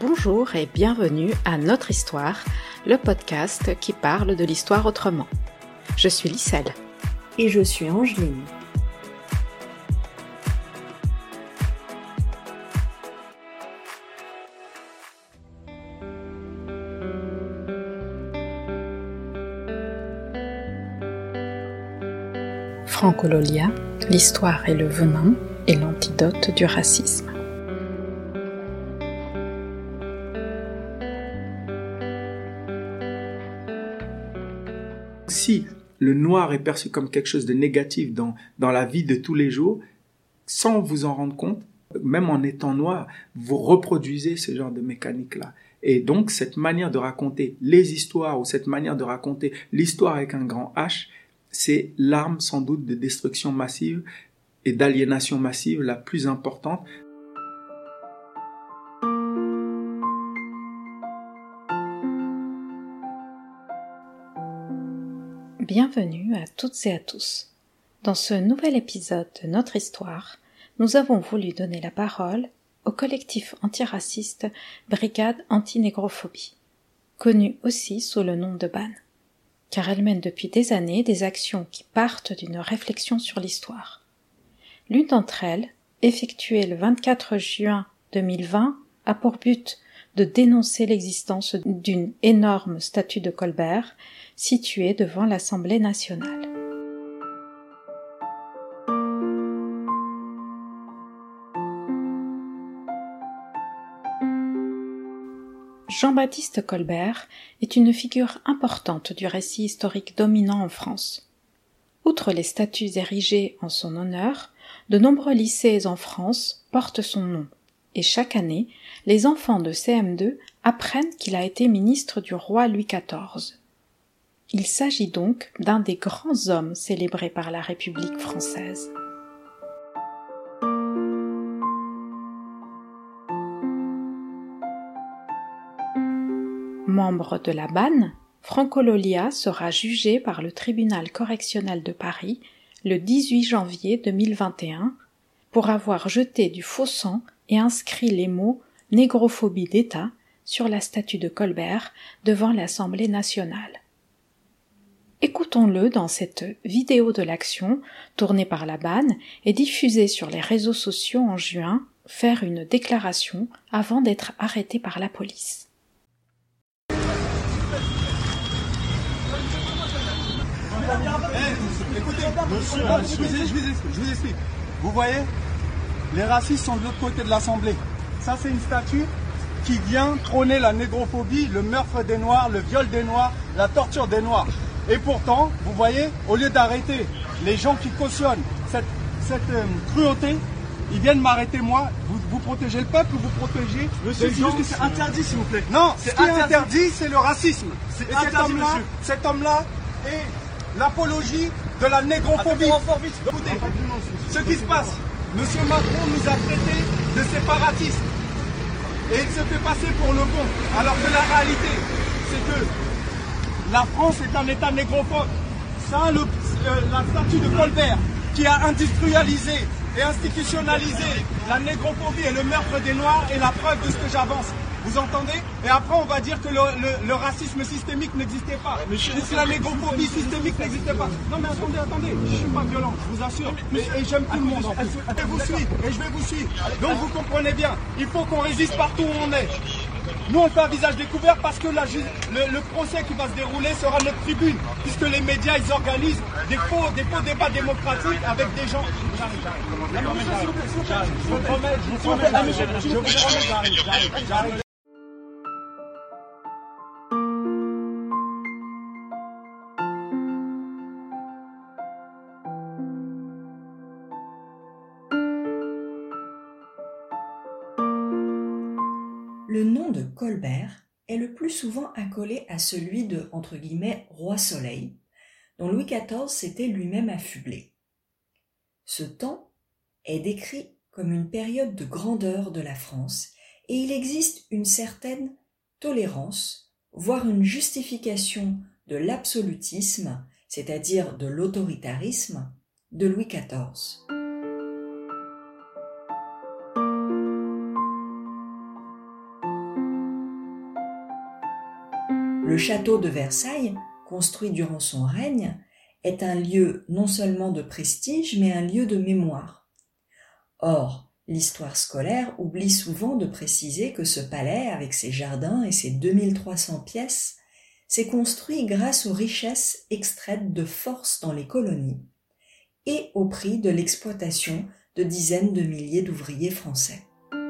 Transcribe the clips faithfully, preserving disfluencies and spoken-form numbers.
Bonjour et bienvenue à Notre Histoire, le podcast qui parle de l'histoire autrement. Je suis Lisselle. Et je suis Angeline. Franco Lolia, l'histoire est le venin et l'antidote du racisme. Si le noir est perçu comme quelque chose de négatif dans, dans la vie de tous les jours, sans vous en rendre compte, même en étant noir, vous reproduisez ce genre de mécanique-là. Et donc, cette manière de raconter les histoires ou cette manière de raconter l'histoire avec un grand H, c'est l'arme sans doute de destruction massive et d'aliénation massive la plus importante. Bienvenue à toutes et à tous. Dans ce nouvel épisode de Notre Histoire, nous avons voulu donner la parole au collectif antiraciste Brigade Anti-Négrophobie, connu aussi sous le nom de B A N, car elle mène depuis des années des actions qui partent d'une réflexion sur l'histoire. L'une d'entre elles, effectuée le vingt-quatre juin deux mille vingt, a pour but de dénoncer l'existence d'une énorme statue de Colbert située devant l'Assemblée nationale. Jean-Baptiste Colbert est une figure importante du récit historique dominant en France. Outre les statues érigées en son honneur, de nombreux lycées en France portent son nom, et chaque année, les enfants de C M deux apprennent qu'il a été ministre du roi Louis quatorze. Il s'agit donc d'un des grands hommes célébrés par la République française. Membre de la B A N, Franco Lolia sera jugé par le tribunal correctionnel de Paris le dix-huit janvier deux mille vingt et un pour avoir jeté du faux sang et inscrit les mots « négrophobie d'État » sur la statue de Colbert devant l'Assemblée nationale. Écoutons-le dans cette vidéo de l'action, tournée par la B A N et diffusée sur les réseaux sociaux en juin, faire une déclaration avant d'être arrêté par la police. Hey, écoutez, monsieur, non, je, vous, je, vous explique, je vous explique. Vous voyez, les racistes sont de l'autre côté de l'Assemblée. Ça, c'est une statue qui vient trôner la négrophobie, le meurtre des Noirs, le viol des Noirs, la torture des Noirs. Et pourtant, vous voyez, au lieu d'arrêter les gens qui cautionnent cette, cette euh, cruauté, ils viennent m'arrêter moi. Vous, vous protégez le peuple ou vous protégez monsieur, les gens? Juste que c'est interdit, s'il vous plaît. Non, ce qui est interdit, interdit, c'est le racisme. C'est Et interdit, cet homme-là, monsieur. cet homme-là est l'apologie de la négrophobie. Écoutez, ce qui se passe, monsieur Macron nous a traités de séparatistes. Et il se fait passer pour le bon. Alors que la réalité, c'est que la France est un État négrophobe. Ça, le, euh, la statue de Colbert, qui a industrialisé et institutionnalisé la négrophobie et le meurtre des Noirs, est la preuve de ce que j'avance. Vous entendez? Et après, on va dire que le, le, le racisme systémique n'existait pas. Monsieur, ou que la négrophobie systémique n'existait pas. Non mais attendez, attendez, je ne suis pas violent, je vous assure. Et, et j'aime tout le monde en plus. Je vais vous suivre, et je vais vous suivre. Donc vous comprenez bien, il faut qu'on résiste partout où on est. Nous, on fait un visage découvert parce que la, le, le procès qui va se dérouler sera notre tribune, puisque les médias, ils organisent des faux, des faux débats démocratiques avec des gens... J'arrive, j'arrive. Je vous promets, je vous promets, je vous promets, j'arrive, j'arrive, j'arrive. Le nom de Colbert est le plus souvent accolé à celui de, entre guillemets, roi Soleil, dont Louis quatorze s'était lui-même affublé. Ce temps est décrit comme une période de grandeur de la France et il existe une certaine tolérance, voire une justification de l'absolutisme, c'est-à-dire de l'autoritarisme, de Louis quatorze. Le château de Versailles, construit durant son règne, est un lieu non seulement de prestige, mais un lieu de mémoire. Or, l'histoire scolaire oublie souvent de préciser que ce palais, avec ses jardins et ses deux mille trois cents pièces, s'est construit grâce aux richesses extraites de force dans les colonies et au prix de l'exploitation de dizaines de milliers d'ouvriers français.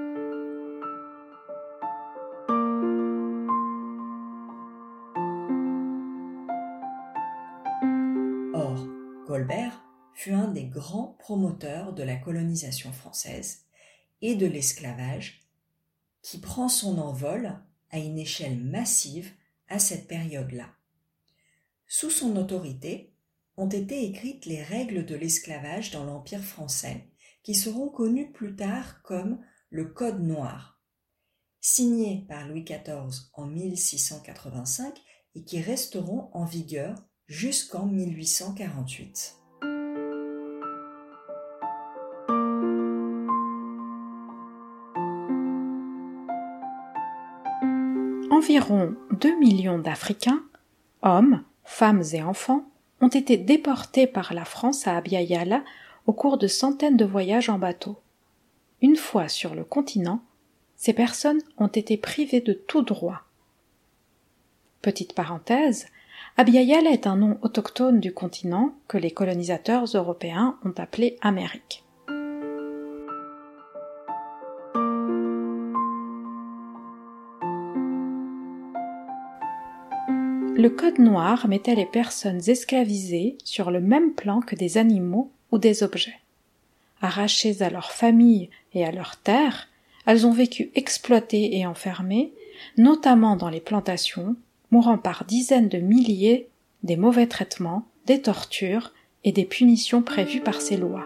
Or, Colbert fut un des grands promoteurs de la colonisation française et de l'esclavage qui prend son envol à une échelle massive à cette période-là. Sous son autorité ont été écrites les règles de l'esclavage dans l'Empire français qui seront connues plus tard comme le Code noir, signé par Louis quatorze en mille six cent quatre-vingt-cinq et qui resteront en vigueur jusqu'en mille huit cent quarante-huit. Environ deux millions d'Africains, hommes, femmes et enfants, ont été déportés par la France à Abya Yala au cours de centaines de voyages en bateau. Une fois sur le continent, ces personnes ont été privées de tout droit. Petite parenthèse, Abya Yala est un nom autochtone du continent que les colonisateurs européens ont appelé Amérique. Le Code noir mettait les personnes esclavisées sur le même plan que des animaux ou des objets. Arrachées à leur famille et à leurs terres, elles ont vécu exploitées et enfermées, notamment dans les plantations, mourant par dizaines de milliers des mauvais traitements, des tortures et des punitions prévues par ces lois.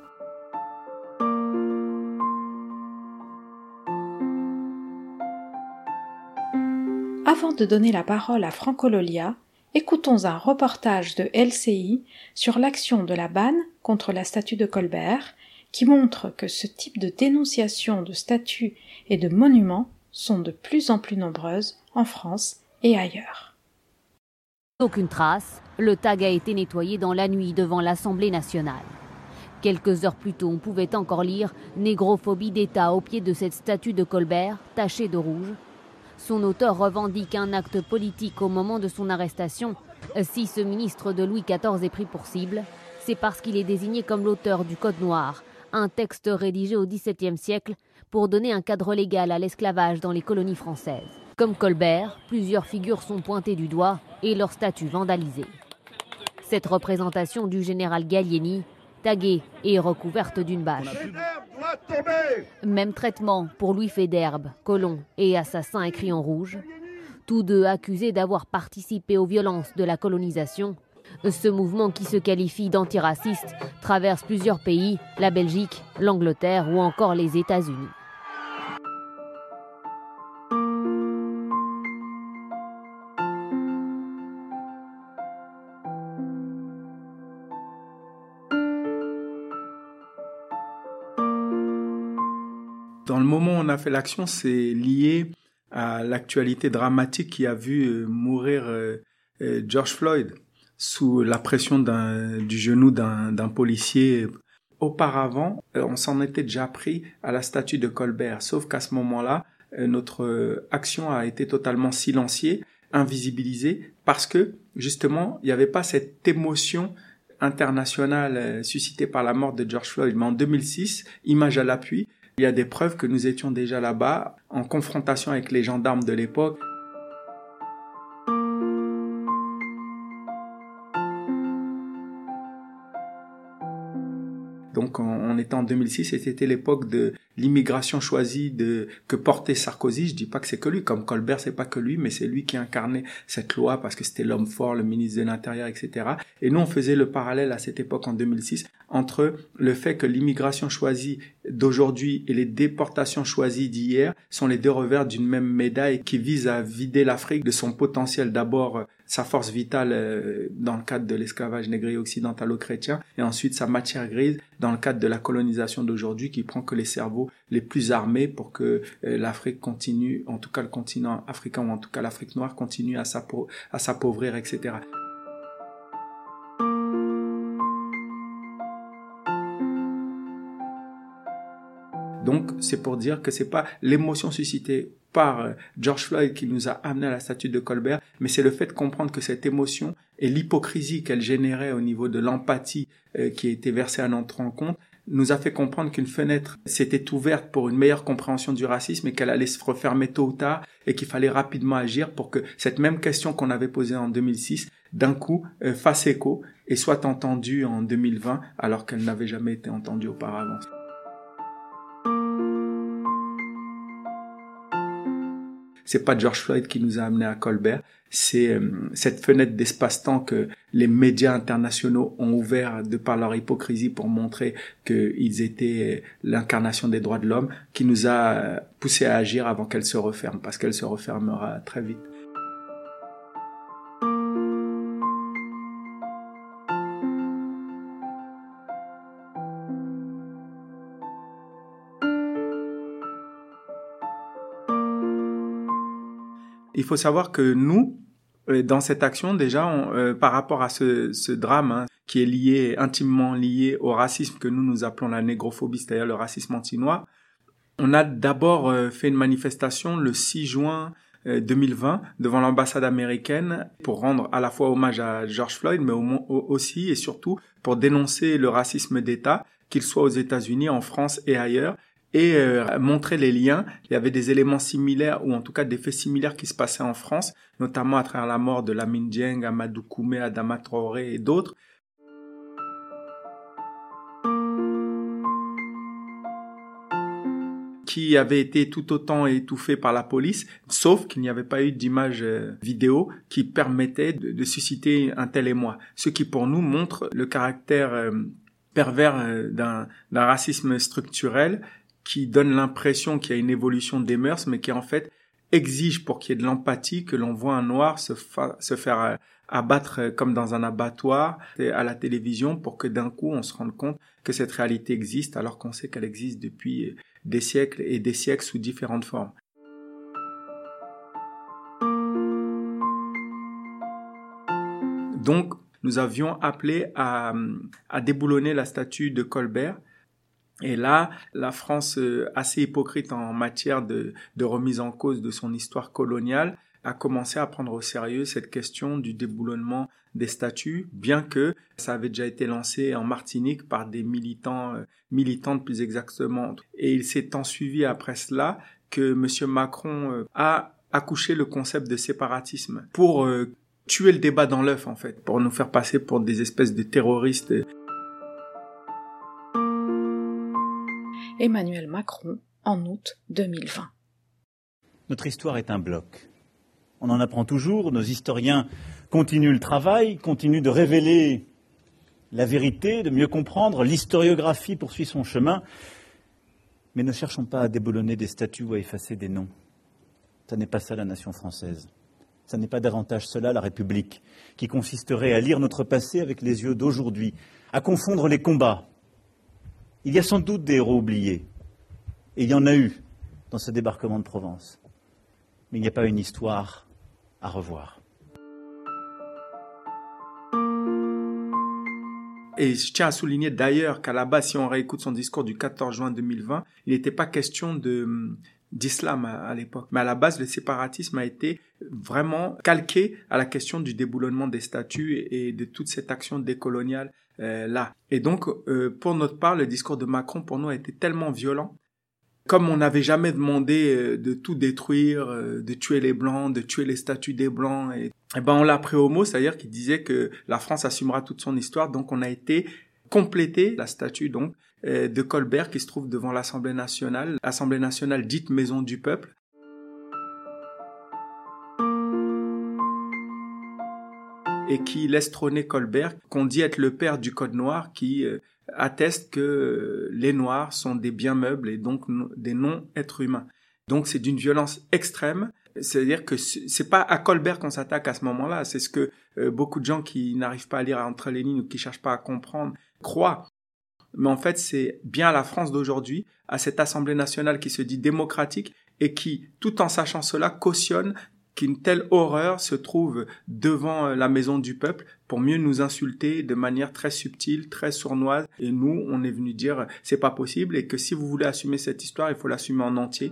Avant de donner la parole à Franco Lolia, écoutons un reportage de L C I sur l'action de la banne contre la statue de Colbert, qui montre que ce type de dénonciation de statues et de monuments sont de plus en plus nombreuses en France et ailleurs. Aucune trace, le tag a été nettoyé dans la nuit devant l'Assemblée nationale. Quelques heures plus tôt, on pouvait encore lire « Négrophobie d'État » au pied de cette statue de Colbert, tachée de rouge. Son auteur revendique un acte politique au moment de son arrestation. Si ce ministre de Louis quatorze est pris pour cible, c'est parce qu'il est désigné comme l'auteur du Code noir, un texte rédigé au dix-septième siècle pour donner un cadre légal à l'esclavage dans les colonies françaises. Comme Colbert, plusieurs figures sont pointées du doigt et leurs statues vandalisées. Cette représentation du général Gallieni, taguée et recouverte d'une bâche. Même traitement pour Louis Faidherbe, colon et assassin écrit en rouge. Tous deux accusés d'avoir participé aux violences de la colonisation. Ce mouvement qui se qualifie d'antiraciste traverse plusieurs pays, la Belgique, l'Angleterre ou encore les États-Unis. Dans le moment où on a fait l'action, c'est lié à l'actualité dramatique qui a vu mourir George Floyd sous la pression d'un, du genou d'un, d'un policier. Auparavant, on s'en était déjà pris à la statue de Colbert, sauf qu'à ce moment-là, notre action a été totalement silenciée, invisibilisée, parce que justement, il n'y avait pas cette émotion internationale suscitée par la mort de George Floyd. Mais en deux mille six, image à l'appui, il y a des preuves que nous étions déjà là-bas, en confrontation avec les gendarmes de l'époque. Donc on, on était en deux mille six et c'était l'époque de l'immigration choisie de, que portait Sarkozy. Je dis pas que c'est que lui, comme Colbert, c'est pas que lui, mais c'est lui qui incarnait cette loi parce que c'était l'homme fort, le ministre de l'Intérieur, et cetera. Et nous, on faisait le parallèle à cette époque en deux mille six entre le fait que l'immigration choisie d'aujourd'hui et les déportations choisies d'hier sont les deux revers d'une même médaille qui vise à vider l'Afrique de son potentiel, d'abord sa force vitale dans le cadre de l'esclavage négro-occidentalo-chrétien et ensuite sa matière grise dans le cadre de la colonisation d'aujourd'hui qui prend que les cerveaux occidentaux les plus armés pour que euh, l'Afrique continue, en tout cas le continent africain ou en tout cas l'Afrique noire continue à, s'appau- à s'appauvrir, et cetera. Donc, c'est pour dire que c'est pas l'émotion suscitée par George Floyd qui nous a amené à la statue de Colbert, mais c'est le fait de comprendre que cette émotion et l'hypocrisie qu'elle générait au niveau de l'empathie euh, qui a été versée à notre rencontre nous a fait comprendre qu'une fenêtre s'était ouverte pour une meilleure compréhension du racisme et qu'elle allait se refermer tôt ou tard et qu'il fallait rapidement agir pour que cette même question qu'on avait posée en deux mille six, d'un coup, euh, fasse écho et soit entendue en deux mille vingt alors qu'elle n'avait jamais été entendue auparavant. C'est pas George Floyd qui nous a amenés à Colbert, c'est euh, cette fenêtre d'espace-temps que les médias internationaux ont ouvert de par leur hypocrisie pour montrer qu'ils étaient l'incarnation des droits de l'homme qui nous a poussé à agir avant qu'elle se referme, parce qu'elle se refermera très vite. Il faut savoir que nous, dans cette action, déjà, on, euh, par rapport à ce, ce drame hein, qui est lié, intimement lié au racisme que nous, nous appelons la négrophobie, c'est-à-dire le racisme anti-noir, on a d'abord euh, fait une manifestation le six juin euh, deux mille vingt devant l'ambassade américaine pour rendre à la fois hommage à George Floyd, mais au, au, aussi et surtout pour dénoncer le racisme d'État, qu'il soit aux États-Unis, en France et ailleurs, et euh, montrer les liens. Il y avait des éléments similaires, ou en tout cas des faits similaires qui se passaient en France, notamment à travers la mort de Lamine Dieng, Amadou Koumé, Adama Traoré et d'autres. Qui avaient été tout autant étouffés par la police, sauf qu'il n'y avait pas eu d'image euh, vidéo qui permettait de, de susciter un tel émoi. Ce qui pour nous montre le caractère euh, pervers euh, d'un, d'un racisme structurel qui donne l'impression qu'il y a une évolution des mœurs, mais qui en fait exige pour qu'il y ait de l'empathie que l'on voit un noir se, fa- se faire euh, abattre euh, comme dans un abattoir à la télévision pour que d'un coup on se rende compte que cette réalité existe alors qu'on sait qu'elle existe depuis des siècles et des siècles sous différentes formes. Donc, nous avions appelé à, à déboulonner la statue de Colbert. Et là, la France, euh, assez hypocrite en matière de, de remise en cause de son histoire coloniale, a commencé à prendre au sérieux cette question du déboulonnement des statues, bien que ça avait déjà été lancé en Martinique par des militants, euh, militantes plus exactement. Et il s'est ensuivi après cela que M. Macron euh, a accouché le concept de séparatisme pour euh, tuer le débat dans l'œuf, en fait, pour nous faire passer pour des espèces de terroristes. Emmanuel Macron, en août deux mille vingt. Notre histoire est un bloc. On en apprend toujours, nos historiens continuent le travail, continuent de révéler la vérité, de mieux comprendre, l'historiographie poursuit son chemin, mais ne cherchons pas à déboulonner des statues ou à effacer des noms. Ça n'est pas ça la nation française. Ça n'est pas davantage cela la République, qui consisterait à lire notre passé avec les yeux d'aujourd'hui, à confondre les combats. Il y a sans doute des héros oubliés, et il y en a eu dans ce débarquement de Provence. Mais il n'y a pas une histoire à revoir. Et je tiens à souligner d'ailleurs qu'à la base, si on réécoute son discours du quatorze juin deux mille vingt, il n'était pas question de, d'islam à, à l'époque. Mais à la base, le séparatisme a été vraiment calqué à la question du déboulonnement des statues et, et de toute cette action décoloniale euh, là. Et donc, euh, pour notre part, le discours de Macron, pour nous, a été tellement violent. Comme on n'avait jamais demandé euh, de tout détruire, euh, de tuer les Blancs, de tuer les statues des Blancs, et, et ben on l'a pris au mot, c'est-à-dire qu'il disait que la France assumera toute son histoire. Donc on a été compléter la statue donc euh, de Colbert qui se trouve devant l'Assemblée nationale, l'Assemblée nationale dite Maison du Peuple. Et qui laisse trôner Colbert, qu'on dit être le père du Code noir, qui euh, atteste que les Noirs sont des biens meubles et donc no- des non-êtres humains. Donc c'est d'une violence extrême, c'est-à-dire que c'est pas à Colbert qu'on s'attaque à ce moment-là, c'est ce que euh, beaucoup de gens qui n'arrivent pas à lire entre les lignes ou qui cherchent pas à comprendre croient. mais en fait, c'est bien la France d'aujourd'hui, à cette Assemblée nationale qui se dit démocratique et qui, tout en sachant cela, cautionne qu'une telle horreur se trouve devant la maison du peuple pour mieux nous insulter de manière très subtile, très sournoise. Et nous, on est venu dire c'est pas possible et que si vous voulez assumer cette histoire, il faut l'assumer en entier.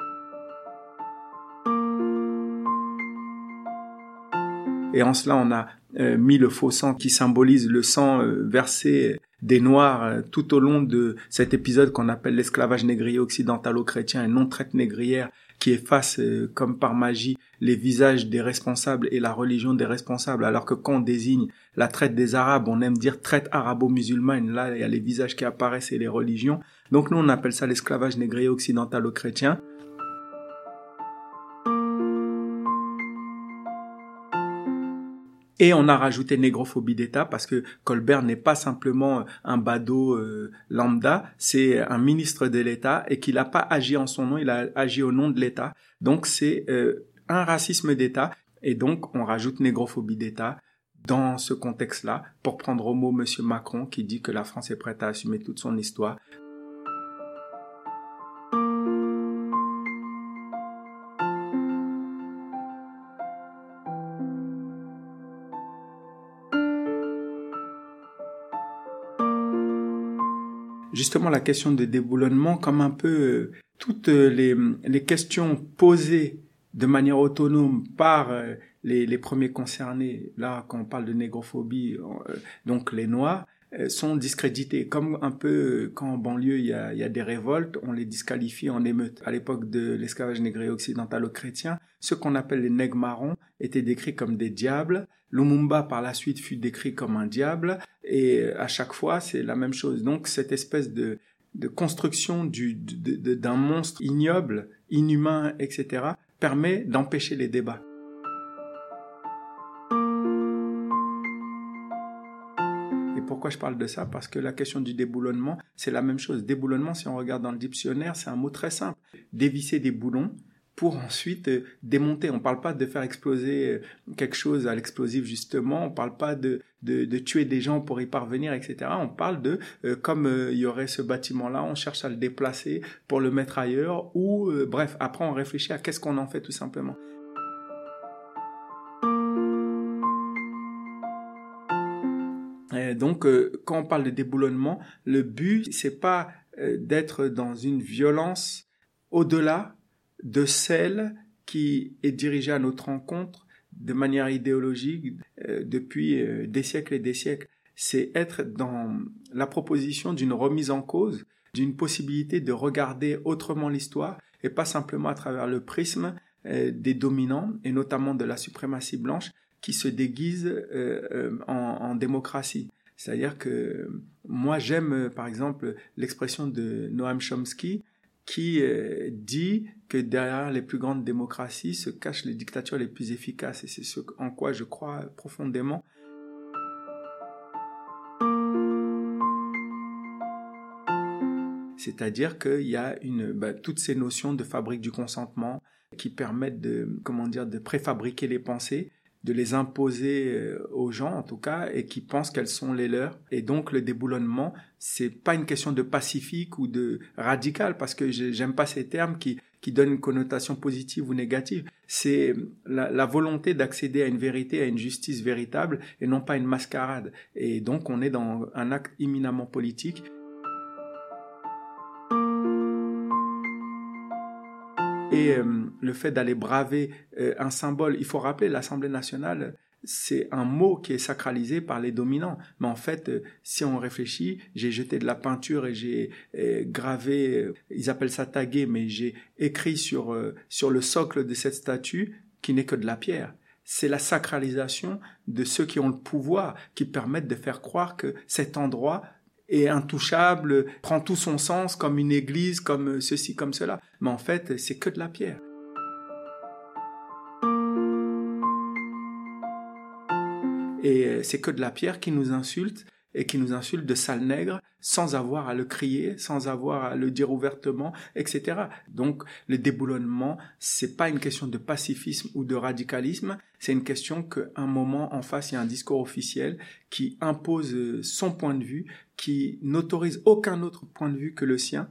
Et en cela, on a euh, mis le faux sang qui symbolise le sang euh, versé des Noirs euh, tout au long de cet épisode qu'on appelle l'esclavage négrier occidentalo-chrétien et non-traite négrière, qui efface euh, comme par magie les visages des responsables et la religion des responsables, alors que quand on désigne la traite des Arabes, on aime dire traite arabo-musulmane, là il y a les visages qui apparaissent et les religions. Donc nous on appelle ça l'esclavage négrier occidentalo-chrétien. Et on a rajouté négrophobie d'État parce que Colbert n'est pas simplement un badaud euh, lambda, c'est un ministre de l'État et qu'il n'a pas agi en son nom, il a agi au nom de l'État. Donc c'est euh, un racisme d'État et donc on rajoute négrophobie d'État dans ce contexte-là pour prendre au mot Monsieur Macron qui dit que la France est prête à assumer toute son histoire. Justement, la question de déboulonnement, comme un peu euh, toutes les, les questions posées de manière autonome par euh, les, les premiers concernés, là, quand on parle de négrophobie, euh, donc les Noirs, euh, sont discréditées. Comme un peu euh, quand en banlieue, il y a, il y a des révoltes, on les disqualifie en émeute. À l'époque de l'esclavage négrier occidentalo-chrétien, ceux qu'on appelle les nègres marrons étaient décrits comme des diables. Lumumba, par la suite, fut décrit comme un diable. Et à chaque fois, c'est la même chose. Donc, cette espèce de, de construction du, de, de, d'un monstre ignoble, inhumain, et cetera, permet d'empêcher les débats. Et pourquoi je parle de ça ? Parce que la question du déboulonnement, c'est la même chose. Déboulonnement, si on regarde dans le dictionnaire, c'est un mot très simple. Dévisser des boulons pour ensuite euh, démonter. On ne parle pas de faire exploser euh, quelque chose à l'explosif, justement. On ne parle pas de, de, de tuer des gens pour y parvenir, et cetera. On parle de, euh, comme euh, il y aurait ce bâtiment-là, on cherche à le déplacer pour le mettre ailleurs. Ou, euh, bref, après on réfléchit à qu'est-ce qu'on en fait tout simplement. Et donc, euh, quand on parle de déboulonnement, le but, c'est pas euh, d'être dans une violence au-delà de celle qui est dirigée à notre encontre de manière idéologique euh, depuis euh, des siècles et des siècles. C'est être dans la proposition d'une remise en cause, d'une possibilité de regarder autrement l'histoire et pas simplement à travers le prisme euh, des dominants et notamment de la suprématie blanche qui se déguise euh, euh, en, en démocratie. C'est-à-dire que moi j'aime euh, par exemple l'expression de Noam Chomsky qui euh, dit que derrière les plus grandes démocraties se cachent les dictatures les plus efficaces. Et c'est ce en quoi je crois profondément. C'est-à-dire qu'il y a une, bah, toutes ces notions de fabrique du consentement qui permettent de, comment dire, de préfabriquer les pensées, de les imposer aux gens en tout cas, et qui pensent qu'elles sont les leurs. Et donc le déboulonnement, c'est pas une question de pacifique ou de radical, parce que j'aime pas ces termes qui, qui donnent une connotation positive ou négative. C'est la, la volonté d'accéder à une vérité, à une justice véritable, et non pas une mascarade. Et donc on est dans un acte éminemment politique. Et euh, le fait d'aller braver euh, un symbole, il faut rappeler, l'Assemblée nationale, c'est un mot qui est sacralisé par les dominants. Mais en fait, euh, si on réfléchit, j'ai jeté de la peinture et j'ai euh, gravé, euh, ils appellent ça tagué, mais j'ai écrit sur, euh, sur le socle de cette statue qui n'est que de la pierre. C'est la sacralisation de ceux qui ont le pouvoir, qui permettent de faire croire que cet endroit est intouchable, prend tout son sens comme une église, comme ceci, comme cela. Mais en fait, c'est que de la pierre. Et c'est que de la pierre qui nous insulte et qui nous insulte de sale nègre sans avoir à le crier, sans avoir à le dire ouvertement, et cetera. Donc, le déboulonnement, c'est pas une question de pacifisme ou de radicalisme, c'est une question qu'à un moment en face, il y a un discours officiel qui impose son point de vue, qui n'autorise aucun autre point de vue que le sien.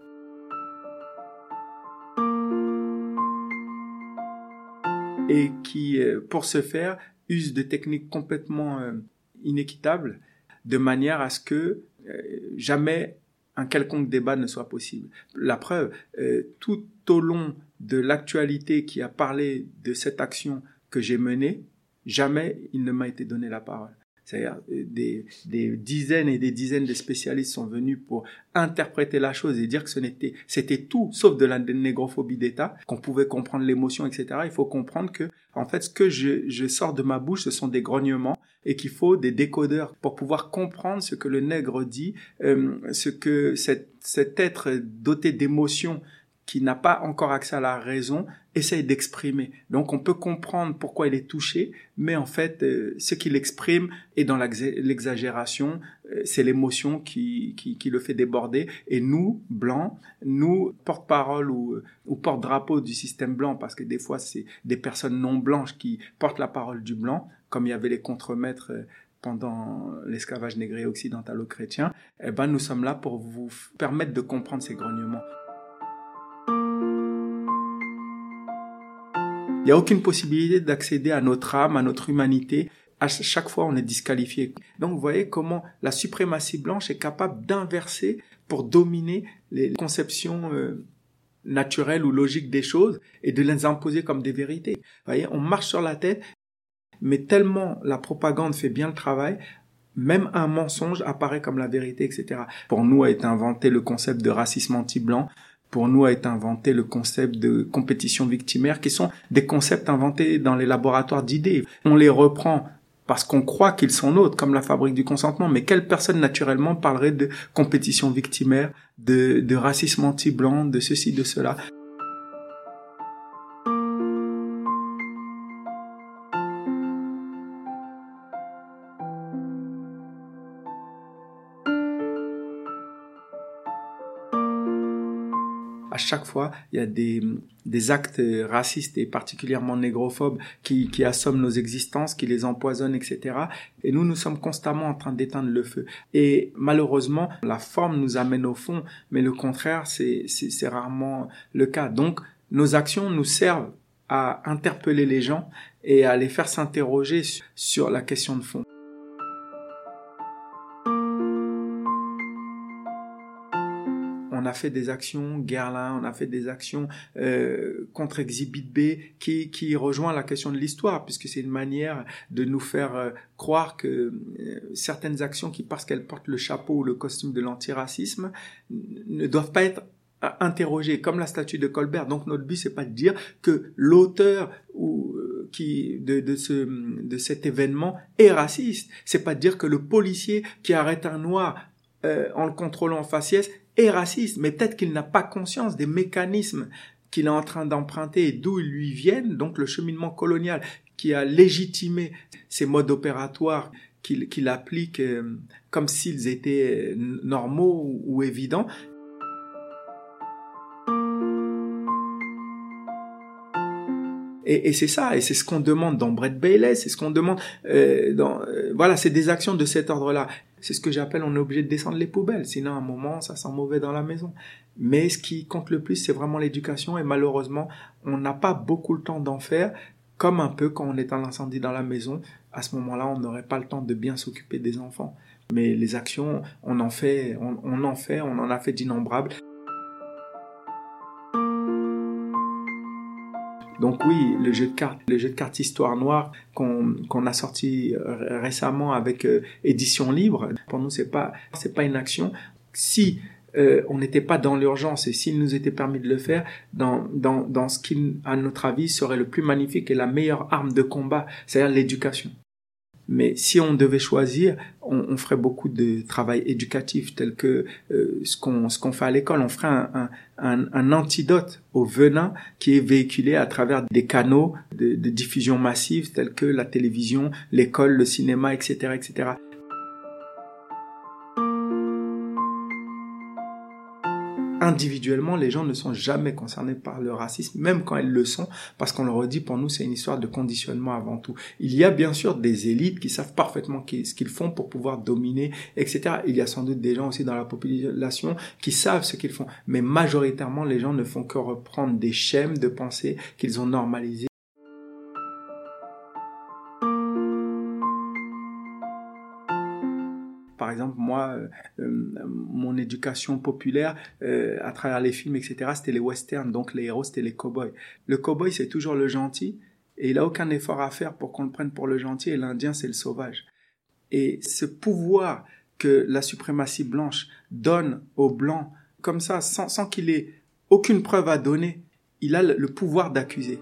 Et qui, pour ce faire, use de techniques complètement euh, inéquitables, de manière à ce que euh, jamais un quelconque débat ne soit possible. La preuve, euh, tout au long de l'actualité qui a parlé de cette action que j'ai menée, jamais il ne m'a été donné la parole. C'est-à-dire des, des dizaines et des dizaines de spécialistes sont venus pour interpréter la chose et dire que ce n'était, c'était tout sauf de la négrophobie d'État, qu'on pouvait comprendre l'émotion, et cetera. Il faut comprendre que, en fait, ce que je, je sors de ma bouche, ce sont des grognements et qu'il faut des décodeurs pour pouvoir comprendre ce que le nègre dit, euh, ce que cet, cet être doté d'émotions qui n'a pas encore accès à la raison, essaye d'exprimer. Donc on peut comprendre pourquoi il est touché, mais en fait, euh, ce qu'il exprime est dans l'exagération, euh, c'est l'émotion qui, qui, qui le fait déborder. Et nous, blancs, nous, porte-parole ou, ou porte-drapeau du système blanc, parce que des fois, c'est des personnes non blanches qui portent la parole du blanc, comme il y avait les contremaîtres euh, pendant l'esclavage négrier occidentalo-chrétien, eh ben, nous sommes là pour vous permettre de comprendre ces grognements. Il n'y a aucune possibilité d'accéder à notre âme, à notre humanité. À chaque fois, on est disqualifié. Donc, vous voyez comment la suprématie blanche est capable d'inverser pour dominer les conceptions euh, naturelles ou logiques des choses et de les imposer comme des vérités. Vous voyez, on marche sur la tête, mais tellement la propagande fait bien le travail, même un mensonge apparaît comme la vérité, et cetera. Pour nous a été inventé le concept de racisme anti-blanc. Pour nous a été inventé le concept de compétition victimaire, qui sont des concepts inventés dans les laboratoires d'idées. On les reprend parce qu'on croit qu'ils sont nôtres, comme la fabrique du consentement. Mais quelle personne naturellement parlerait de compétition victimaire, de, de racisme anti-blanc, de ceci, de cela? À chaque fois, il y a des, des actes racistes et particulièrement négrophobes qui, qui assomment nos existences, qui les empoisonnent, et cetera. Et nous, nous sommes constamment en train d'éteindre le feu. Et malheureusement, la forme nous amène au fond, mais le contraire, c'est, c'est, c'est rarement le cas. Donc, nos actions nous servent à interpeller les gens et à les faire s'interroger sur la question de fond. On a fait des actions Guerlain, on a fait des actions euh, contre Exhibit B qui, qui rejoint la question de l'histoire, puisque c'est une manière de nous faire euh, croire que euh, certaines actions qui, parce qu'elles portent le chapeau ou le costume de l'antiracisme, ne doivent pas être interrogées, comme la statue de Colbert. Donc notre but, c'est pas de dire que l'auteur ou euh, qui de, de ce de cet événement est raciste. C'est pas de dire que le policier qui arrête un noir euh, en le contrôlant en faciès est raciste, mais peut-être qu'il n'a pas conscience des mécanismes qu'il est en train d'emprunter et d'où ils lui viennent, donc le cheminement colonial qui a légitimé ces modes opératoires qu'il, qu'il applique euh, comme s'ils étaient normaux ou, ou évidents. Et, et c'est ça, et c'est ce qu'on demande dans Brett Bayless, c'est ce qu'on demande euh, dans... Euh, voilà, c'est des actions de cet ordre-là. C'est ce que j'appelle, on est obligé de descendre les poubelles, sinon à un moment, ça sent mauvais dans la maison. Mais ce qui compte le plus, c'est vraiment l'éducation, et malheureusement, on n'a pas beaucoup le temps d'en faire, comme un peu quand on éteint l'incendie dans la maison. À ce moment-là, on n'aurait pas le temps de bien s'occuper des enfants. Mais les actions, on en fait, on, on en fait, on en a fait d'innombrables. Donc oui, le jeu de cartes, le jeu de cartes Histoire Noire qu'on qu'on a sorti récemment avec euh, Édition Libre. Pour nous, c'est pas c'est pas une action. Si euh, on n'était pas dans l'urgence et s'il nous était permis de le faire, dans dans dans ce qui, à notre avis, serait le plus magnifique et la meilleure arme de combat, c'est-à-dire l'éducation. Mais si on devait choisir, on, on ferait beaucoup de travail éducatif tel que euh, ce qu'on ce qu'on fait à l'école. On ferait un, un, un, un antidote au venin qui est véhiculé à travers des canaux de, de diffusion massive tels que la télévision, l'école, le cinéma, et cetera, et cetera. individuellement, les gens ne sont jamais concernés par le racisme, même quand ils le sont, parce qu'on leur dit, pour nous, c'est une histoire de conditionnement avant tout. Il y a bien sûr des élites qui savent parfaitement ce qu'ils font pour pouvoir dominer, et cetera. Il y a sans doute des gens aussi dans la population qui savent ce qu'ils font, mais majoritairement, les gens ne font que reprendre des schèmes de pensée qu'ils ont normalisés. Par exemple, moi, euh, mon éducation populaire, euh, à travers les films, et cetera, c'était les westerns, donc les héros, c'était les cow-boys. Le cow-boy, c'est toujours le gentil, et il n'a aucun effort à faire pour qu'on le prenne pour le gentil, et l'Indien, c'est le sauvage. Et ce pouvoir que la suprématie blanche donne aux Blancs, comme ça, sans, sans qu'il ait aucune preuve à donner, il a le pouvoir d'accuser.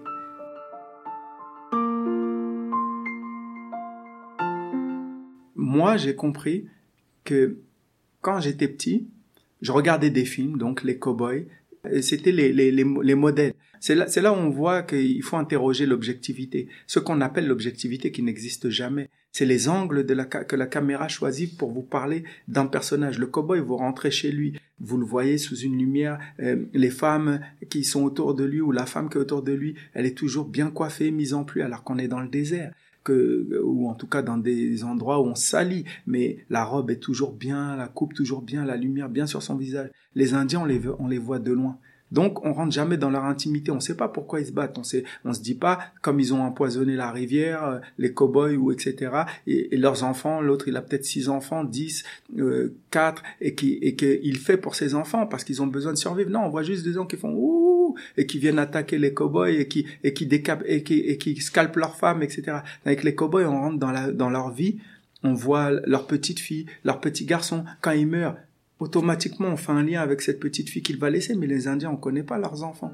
Moi, j'ai compris que quand j'étais petit, je regardais des films, donc les cow-boys, et c'était les, les, les, les modèles. C'est là, c'est là où on voit qu'il faut interroger l'objectivité. Ce qu'on appelle l'objectivité qui n'existe jamais. C'est les angles de la, que la caméra choisit pour vous parler d'un personnage. Le cow-boy, vous rentrez chez lui, vous le voyez sous une lumière, euh, les femmes qui sont autour de lui ou la femme qui est autour de lui, elle est toujours bien coiffée, mise en pluie, alors qu'on est dans le désert. Que, ou en tout cas dans des endroits où on salit, mais la robe est toujours bien, la coupe toujours bien, la lumière bien sur son visage. Les Indiens, on les, on les voit de loin. Donc, on rentre jamais dans leur intimité. On ne sait pas pourquoi ils se battent. On sait, on se dit pas, comme ils ont empoisonné la rivière, euh, les cow-boys ou et cetera. Et, et leurs enfants, l'autre, il a peut-être six enfants, dix, euh, quatre, et qui, et qu'il fait pour ses enfants parce qu'ils ont besoin de survivre. Non, on voit juste des gens qui font ouh et qui viennent attaquer les cow-boys et qui et qui décapent et qui et qui scalpent leurs femmes, et cetera. Avec les cow-boys, on rentre dans la dans leur vie. On voit leurs petites filles, leurs petits garçons quand ils meurent. Automatiquement, on fait un lien avec cette petite fille qu'il va laisser, mais les Indiens, on ne connaît pas leurs enfants.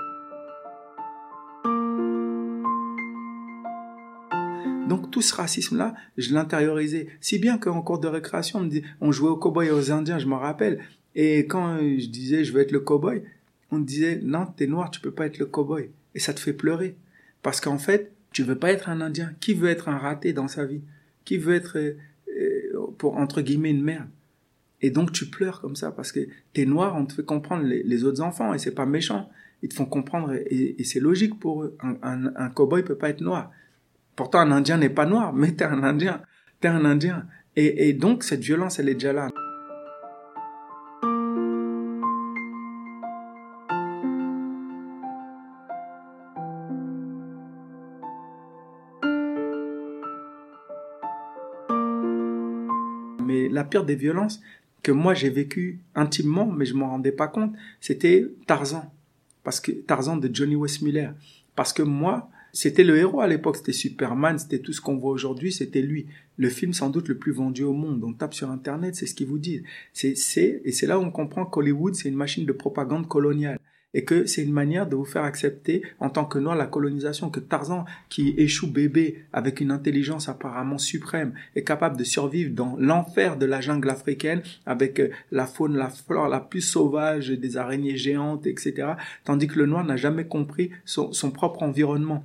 Donc tout ce racisme-là, je l'intériorisais. Si bien qu'en cours de récréation, on, me dit, on jouait aux cow-boys et aux Indiens, je m'en rappelle. Et quand je disais, je veux être le cow-boy, on me disait, non, t'es noir, tu peux pas être le cow-boy. Et ça te fait pleurer. Parce qu'en fait, tu veux pas être un Indien. Qui veut être un raté dans sa vie? Qui veut être, euh, pour entre guillemets, une merde? Et donc tu pleures comme ça parce que t'es noir, on te fait comprendre les, les autres enfants et c'est pas méchant. Ils te font comprendre et, et, et c'est logique pour eux. Un, un, un cow-boy peut pas être noir. Pourtant un Indien n'est pas noir, mais t'es un Indien. T'es un Indien. Et, et donc cette violence, elle est déjà là. Mais la pire des violences que moi j'ai vécu intimement, mais je m'en rendais pas compte, c'était Tarzan. Parce que Tarzan de Johnny Weissmuller. Parce que moi, c'était le héros à l'époque, c'était Superman, c'était tout ce qu'on voit aujourd'hui, c'était lui. Le film sans doute le plus vendu au monde. On tape sur Internet, c'est ce qu'ils vous disent. C'est, c'est, et c'est là où on comprend qu'Hollywood, c'est une machine de propagande coloniale. Et que c'est une manière de vous faire accepter, en tant que noir, la colonisation, que Tarzan, qui échoue bébé avec une intelligence apparemment suprême, est capable de survivre dans l'enfer de la jungle africaine, avec la faune, la flore la plus sauvage, des araignées géantes, et cetera. Tandis que le noir n'a jamais compris son, son propre environnement.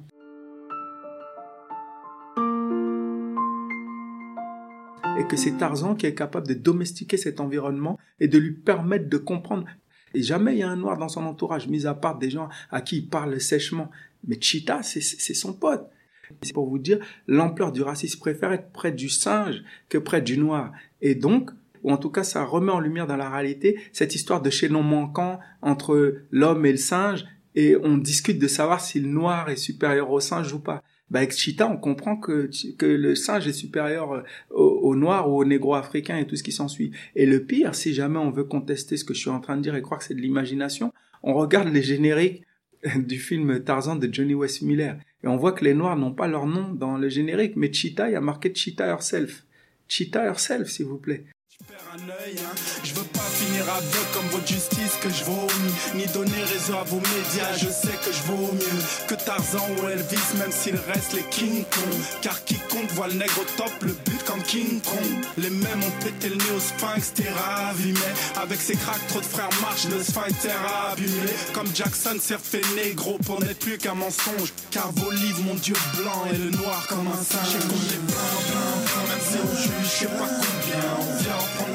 Et que c'est Tarzan qui est capable de domestiquer cet environnement et de lui permettre de comprendre. Et jamais il y a un noir dans son entourage, mis à part des gens à qui il parle sèchement. Mais Cheetah, c'est, c'est son pote. C'est pour vous dire l'ampleur du racisme. Préfère être près du singe que près du noir. Et donc, ou en tout cas, ça remet en lumière dans la réalité cette histoire de chaînon manquant entre l'homme et le singe. Et on discute de savoir si le noir est supérieur au singe ou pas. Bah, avec Cheetah, on comprend que, que le singe est supérieur au, au noir ou au négro-africain et tout ce qui s'ensuit. Et le pire, si jamais on veut contester ce que je suis en train de dire et croire que c'est de l'imagination, on regarde les génériques du film Tarzan de Johnny Weissmuller. Et on voit que les noirs n'ont pas leur nom dans le générique, mais Cheetah, il y a marqué Cheetah herself. Cheetah herself, s'il vous plaît. Je perds un œil, hein. Je veux pas finir aveugle comme votre justice que je vaux, ni donner raison à vos médias. Je sais que je vaux mieux que Tarzan ou Elvis, même s'il reste les King Kong. Car quiconque voit le nègre au top le but comme King Kong. Les mêmes ont pété le nez au sphinx, t'es ravi, mais avec ses cracks, trop de frères marchent, le sphinx est abîmé. Comme Jackson s'est refait négro pour n'être plus qu'un mensonge. Car vos livres, mon dieu blanc et le noir comme un singe. Je sais qu'on est plein, plein, plein, même si on juge, je sais pas combien. On vient prendre l'eau du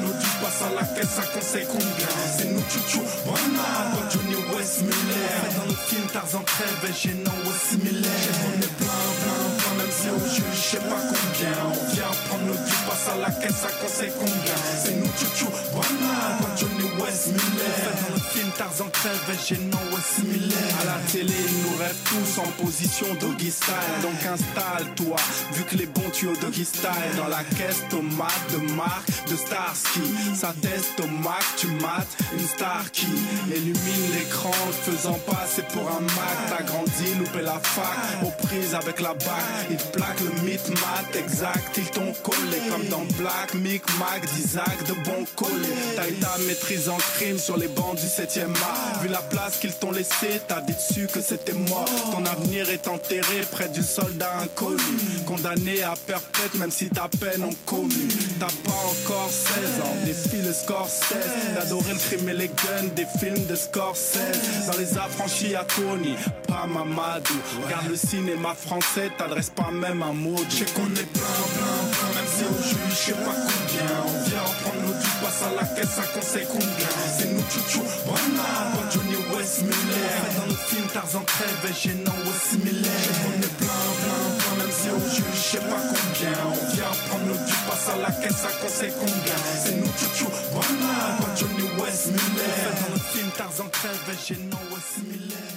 passe à la caisse, ça conseille combien? C'est nous, Chouchou, Wana, toi Johnny West Miller. Dans le film Tarzan crève et gênant ou similaire. J'ai donné plein, plein, plein, même si au juge, je sais pas combien. On vient prendre nos dues, passe à la caisse, ça conseille combien? C'est nous, Chouchou, Wana, toi Johnny West Miller. Dans le film Tarzan crève et gênant ou similaire. À la télé, ils nous rêvent tous en position doggy style. Donc installe-toi, vu que les bons tuyaux doggy style. Dans la caisse, tomate de marque de Starsky. Ça teste au Mac, tu mates une star qui illumine l'écran, faisant passer pour un Mac. T'as grandi, loupé la fac, aux prises avec la bac. Ils te plaquent le mythe mat exact, ils t'ont collé comme dans Black, Mic Mac, d'Isaac, de bon collé. T'as eu ta maîtrise en crime sur les bancs du septième art. Vu la place qu'ils t'ont laissé, t'as dit dessus que c'était mort. Ton avenir est enterré près du soldat inconnu. Condamné à perpète même si ta peine en commu. T'as pas encore seize ans, défie le Scorsese. D'adorer le crime et les guns, des films de Scorsese. Dans les affranchis à Tony, pas Mamadou. Regarde le cinéma français, t'adresses pas même un mot. Je sais qu'on est plein, plein, plein, même si au juge, je sais pas combien. On vient prendre nos dues, passe à la caisse, ça conseille combien. C'est nous, Chouchou, Wana, toi Johnny West Miller. Dans le film Tarzan crève et gênant ou similaire. Je sais qu'on est plein, plein, plein, même si au juge, je sais pas combien. On vient prendre nos dues, passe à la caisse, ça conseille combien. C'est nous, Chouchou, Wana, toi Johnny West Miller. Dans le film Tarzan crève et gênant ou similaire.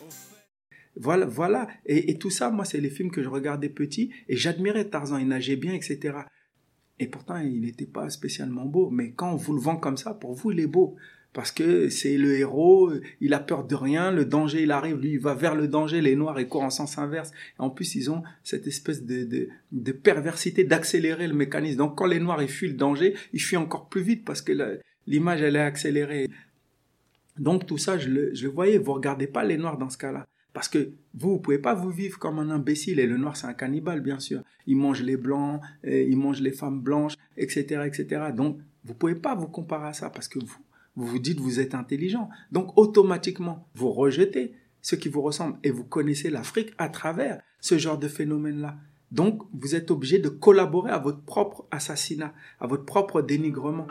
Voilà, voilà. Et, et tout ça, moi, c'est les films que je regardais petit et j'admirais Tarzan, il nageait bien, et cetera. Et pourtant, il n'était pas spécialement beau. Mais quand on vous le vend comme ça, pour vous, il est beau. Parce que c'est le héros, il a peur de rien, le danger, il arrive, lui, il va vers le danger, les Noirs, ils courent en sens inverse. Et en plus, ils ont cette espèce de, de, de perversité d'accélérer le mécanisme. Donc, quand les Noirs, ils fuient le danger, ils fuient encore plus vite parce que la, l'image, elle est accélérée. Donc, tout ça, je le, je le voyais. Vous regardez pas les Noirs dans ce cas-là. Parce que vous, vous pouvez pas vous vivre comme un imbécile. Et le noir, c'est un cannibale, bien sûr. Il mange les blancs, il mange les femmes blanches, et cetera, et cetera. Donc, vous pouvez pas vous comparer à ça parce que vous, vous vous dites vous êtes intelligent. Donc, automatiquement, vous rejetez ce qui vous ressemble et vous connaissez l'Afrique à travers ce genre de phénomène-là. Donc, vous êtes obligé de collaborer à votre propre assassinat, à votre propre dénigrement.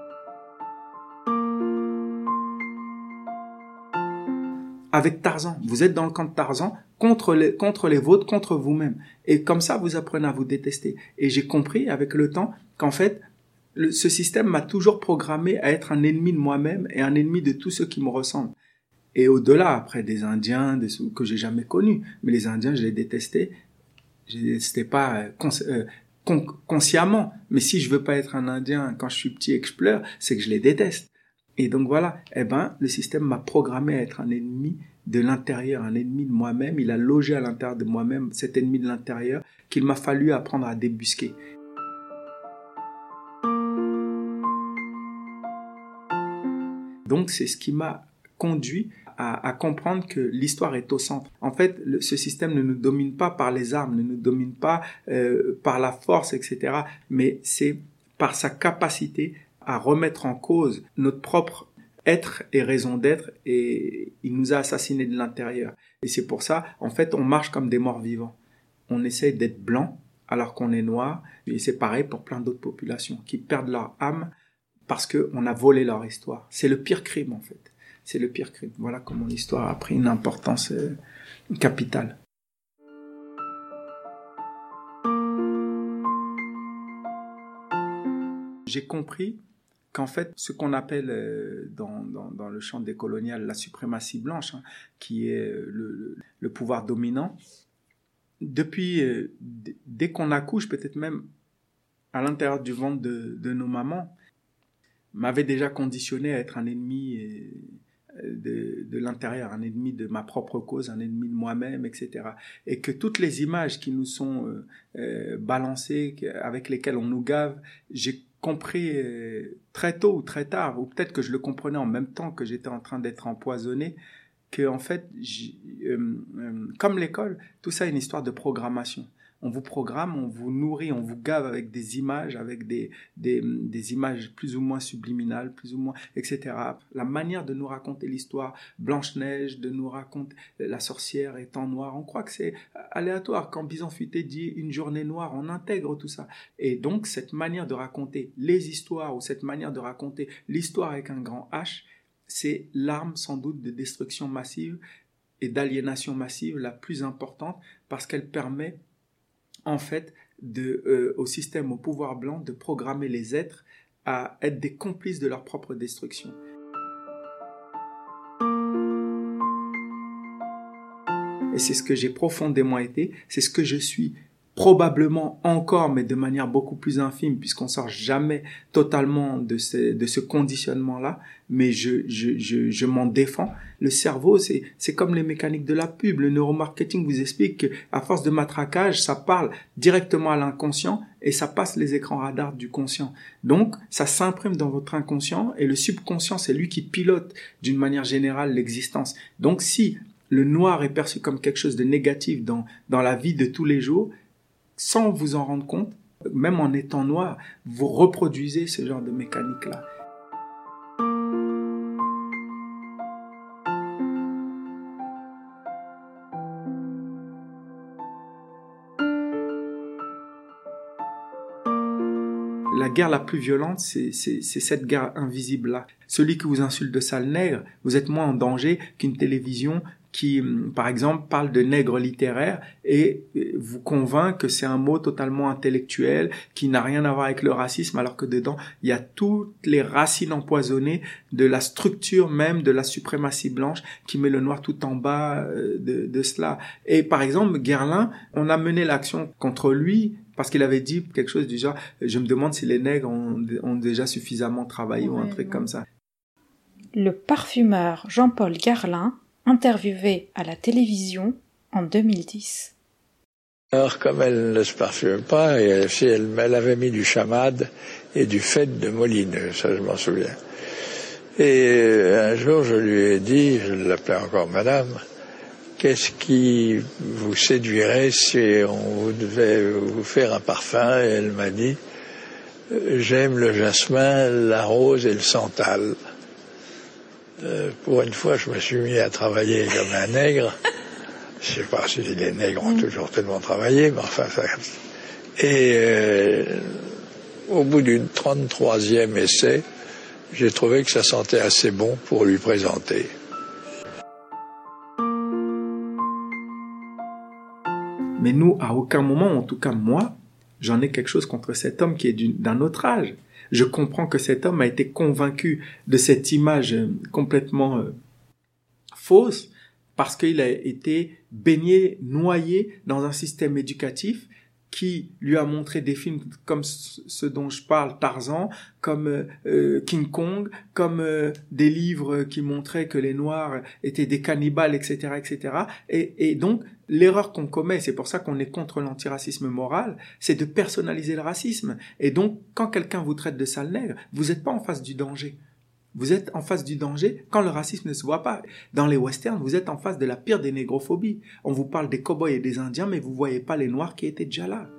Avec Tarzan, vous êtes dans le camp de Tarzan contre les, contre les vôtres, contre vous-même. Et comme ça, vous apprenez à vous détester. Et j'ai compris avec le temps qu'en fait, le, ce système m'a toujours programmé à être un ennemi de moi-même et un ennemi de tous ceux qui me ressemblent. Et au-delà, après, des Indiens des, que j'ai jamais connus. Mais les Indiens, je les détestais. Je les détestais pas euh, cons, euh, con, consciemment. Mais si je veux pas être un Indien quand je suis petit et que je pleure, c'est que je les déteste. Et donc voilà, eh ben, le système m'a programmé à être un ennemi de l'intérieur, un ennemi de moi-même. Il a logé à l'intérieur de moi-même cet ennemi de l'intérieur qu'il m'a fallu apprendre à débusquer. Donc c'est ce qui m'a conduit à, à comprendre que l'histoire est au centre. En fait, le, ce système ne nous domine pas par les armes, ne nous domine pas euh, par la force, et cetera. Mais c'est par sa capacité à remettre en cause notre propre être et raison d'être, et il nous a assassinés de l'intérieur. Et c'est pour ça, en fait, on marche comme des morts vivants. On essaie d'être blanc alors qu'on est noir, et c'est pareil pour plein d'autres populations qui perdent leur âme parce qu'on a volé leur histoire. C'est le pire crime, en fait. C'est le pire crime. Voilà comment l'histoire a pris une importance euh, capitale. J'ai compris qu'en fait, ce qu'on appelle euh, dans, dans, dans le champ décolonial la suprématie blanche, hein, qui est le, le, le pouvoir dominant, depuis, euh, d- dès qu'on accouche, peut-être même à l'intérieur du ventre de, de nos mamans, m'avait déjà conditionné à être un ennemi euh, de, de l'intérieur, un ennemi de ma propre cause, un ennemi de moi-même, et cetera. Et que toutes les images qui nous sont euh, euh, balancées, avec lesquelles on nous gave, j'ai compris euh, très tôt ou très tard, ou peut-être que je le comprenais en même temps que j'étais en train d'être empoisonné, que en fait, euh, euh, comme l'école, tout ça est une histoire de programmation. on vous programme, on vous nourrit, on vous gave avec des images, avec des, des, des images plus ou moins subliminales, plus ou moins, et cetera. La manière de nous raconter l'histoire, Blanche-Neige, de nous raconter la sorcière étant noire, on croit que c'est aléatoire. Quand Bison Futé dit une journée noire, on intègre tout ça. Et donc, cette manière de raconter les histoires ou cette manière de raconter l'histoire avec un grand H, c'est l'arme sans doute de destruction massive et d'aliénation massive la plus importante parce qu'elle permet en fait de, euh, au système, au pouvoir blanc de programmer les êtres à être des complices de leur propre destruction. Et c'est ce que j'ai profondément été, c'est ce que je suis probablement encore, mais de manière beaucoup plus infime, puisqu'on sort jamais totalement de ce, de ce conditionnement-là, mais je, je, je, je m'en défends. Le cerveau, c'est, c'est comme les mécaniques de la pub. Le neuromarketing vous explique qu'à force de matraquage, ça parle directement à l'inconscient et ça passe les écrans radars du conscient. Donc, ça s'imprime dans votre inconscient et le subconscient, c'est lui qui pilote d'une manière générale l'existence. Donc, si le noir est perçu comme quelque chose de négatif dans, dans la vie de tous les jours, sans vous en rendre compte, même en étant noir, vous reproduisez ce genre de mécanique-là. La guerre la plus violente, c'est, c'est, c'est cette guerre invisible-là. Celui qui vous insulte de sale nègre, vous êtes moins en danger qu'une télévision qui, par exemple, parle de nègre littéraire et vous convainc que c'est un mot totalement intellectuel qui n'a rien à voir avec le racisme, alors que dedans, il y a toutes les racines empoisonnées de la structure même de la suprématie blanche qui met le noir tout en bas de, de cela. Et par exemple, Guerlain, on a mené l'action contre lui parce qu'il avait dit quelque chose du genre « Je me demande si les nègres ont, ont déjà suffisamment travaillé » ouais, ou un truc ouais. comme ça. Le parfumeur Jean-Paul Guerlain, interviewé à la télévision en deux mille dix. Alors, comme elle ne se parfume pas, elle, elle avait mis du chamade et du fait de molineux, ça je m'en souviens. Et un jour, je lui ai dit, je l'appelais encore madame, qu'est-ce qui vous séduirait si on devait vous faire un parfum? Et elle m'a dit, j'aime le jasmin, la rose et le santal. Euh, pour une fois, je me suis mis à travailler comme un nègre. Je sais pas si les nègres ont toujours tellement travaillé, mais enfin, ça... Et euh, au bout d'une trente-troisième essai, j'ai trouvé que ça sentait assez bon pour lui présenter. Mais nous, à aucun moment, en tout cas moi, j'en ai quelque chose contre cet homme qui est d'un autre âge. Je comprends que cet homme a été convaincu de cette image complètement euh, fausse parce qu'il a été baigné, noyé dans un système éducatif qui lui a montré des films comme ce dont je parle, Tarzan, comme euh, King Kong, comme euh, des livres qui montraient que les Noirs étaient des cannibales, et cetera, et cetera. Et, et donc, l'erreur qu'on commet, c'est pour ça qu'on est contre l'antiracisme moral, c'est de personnaliser le racisme. Et donc, quand quelqu'un vous traite de sale nègre, vous n'êtes pas en face du danger. Vous êtes en face du danger quand le racisme ne se voit pas. Dans les westerns, vous êtes en face de la pire des négrophobies. On vous parle des cow-boys et des indiens, mais vous voyez pas les noirs qui étaient déjà là.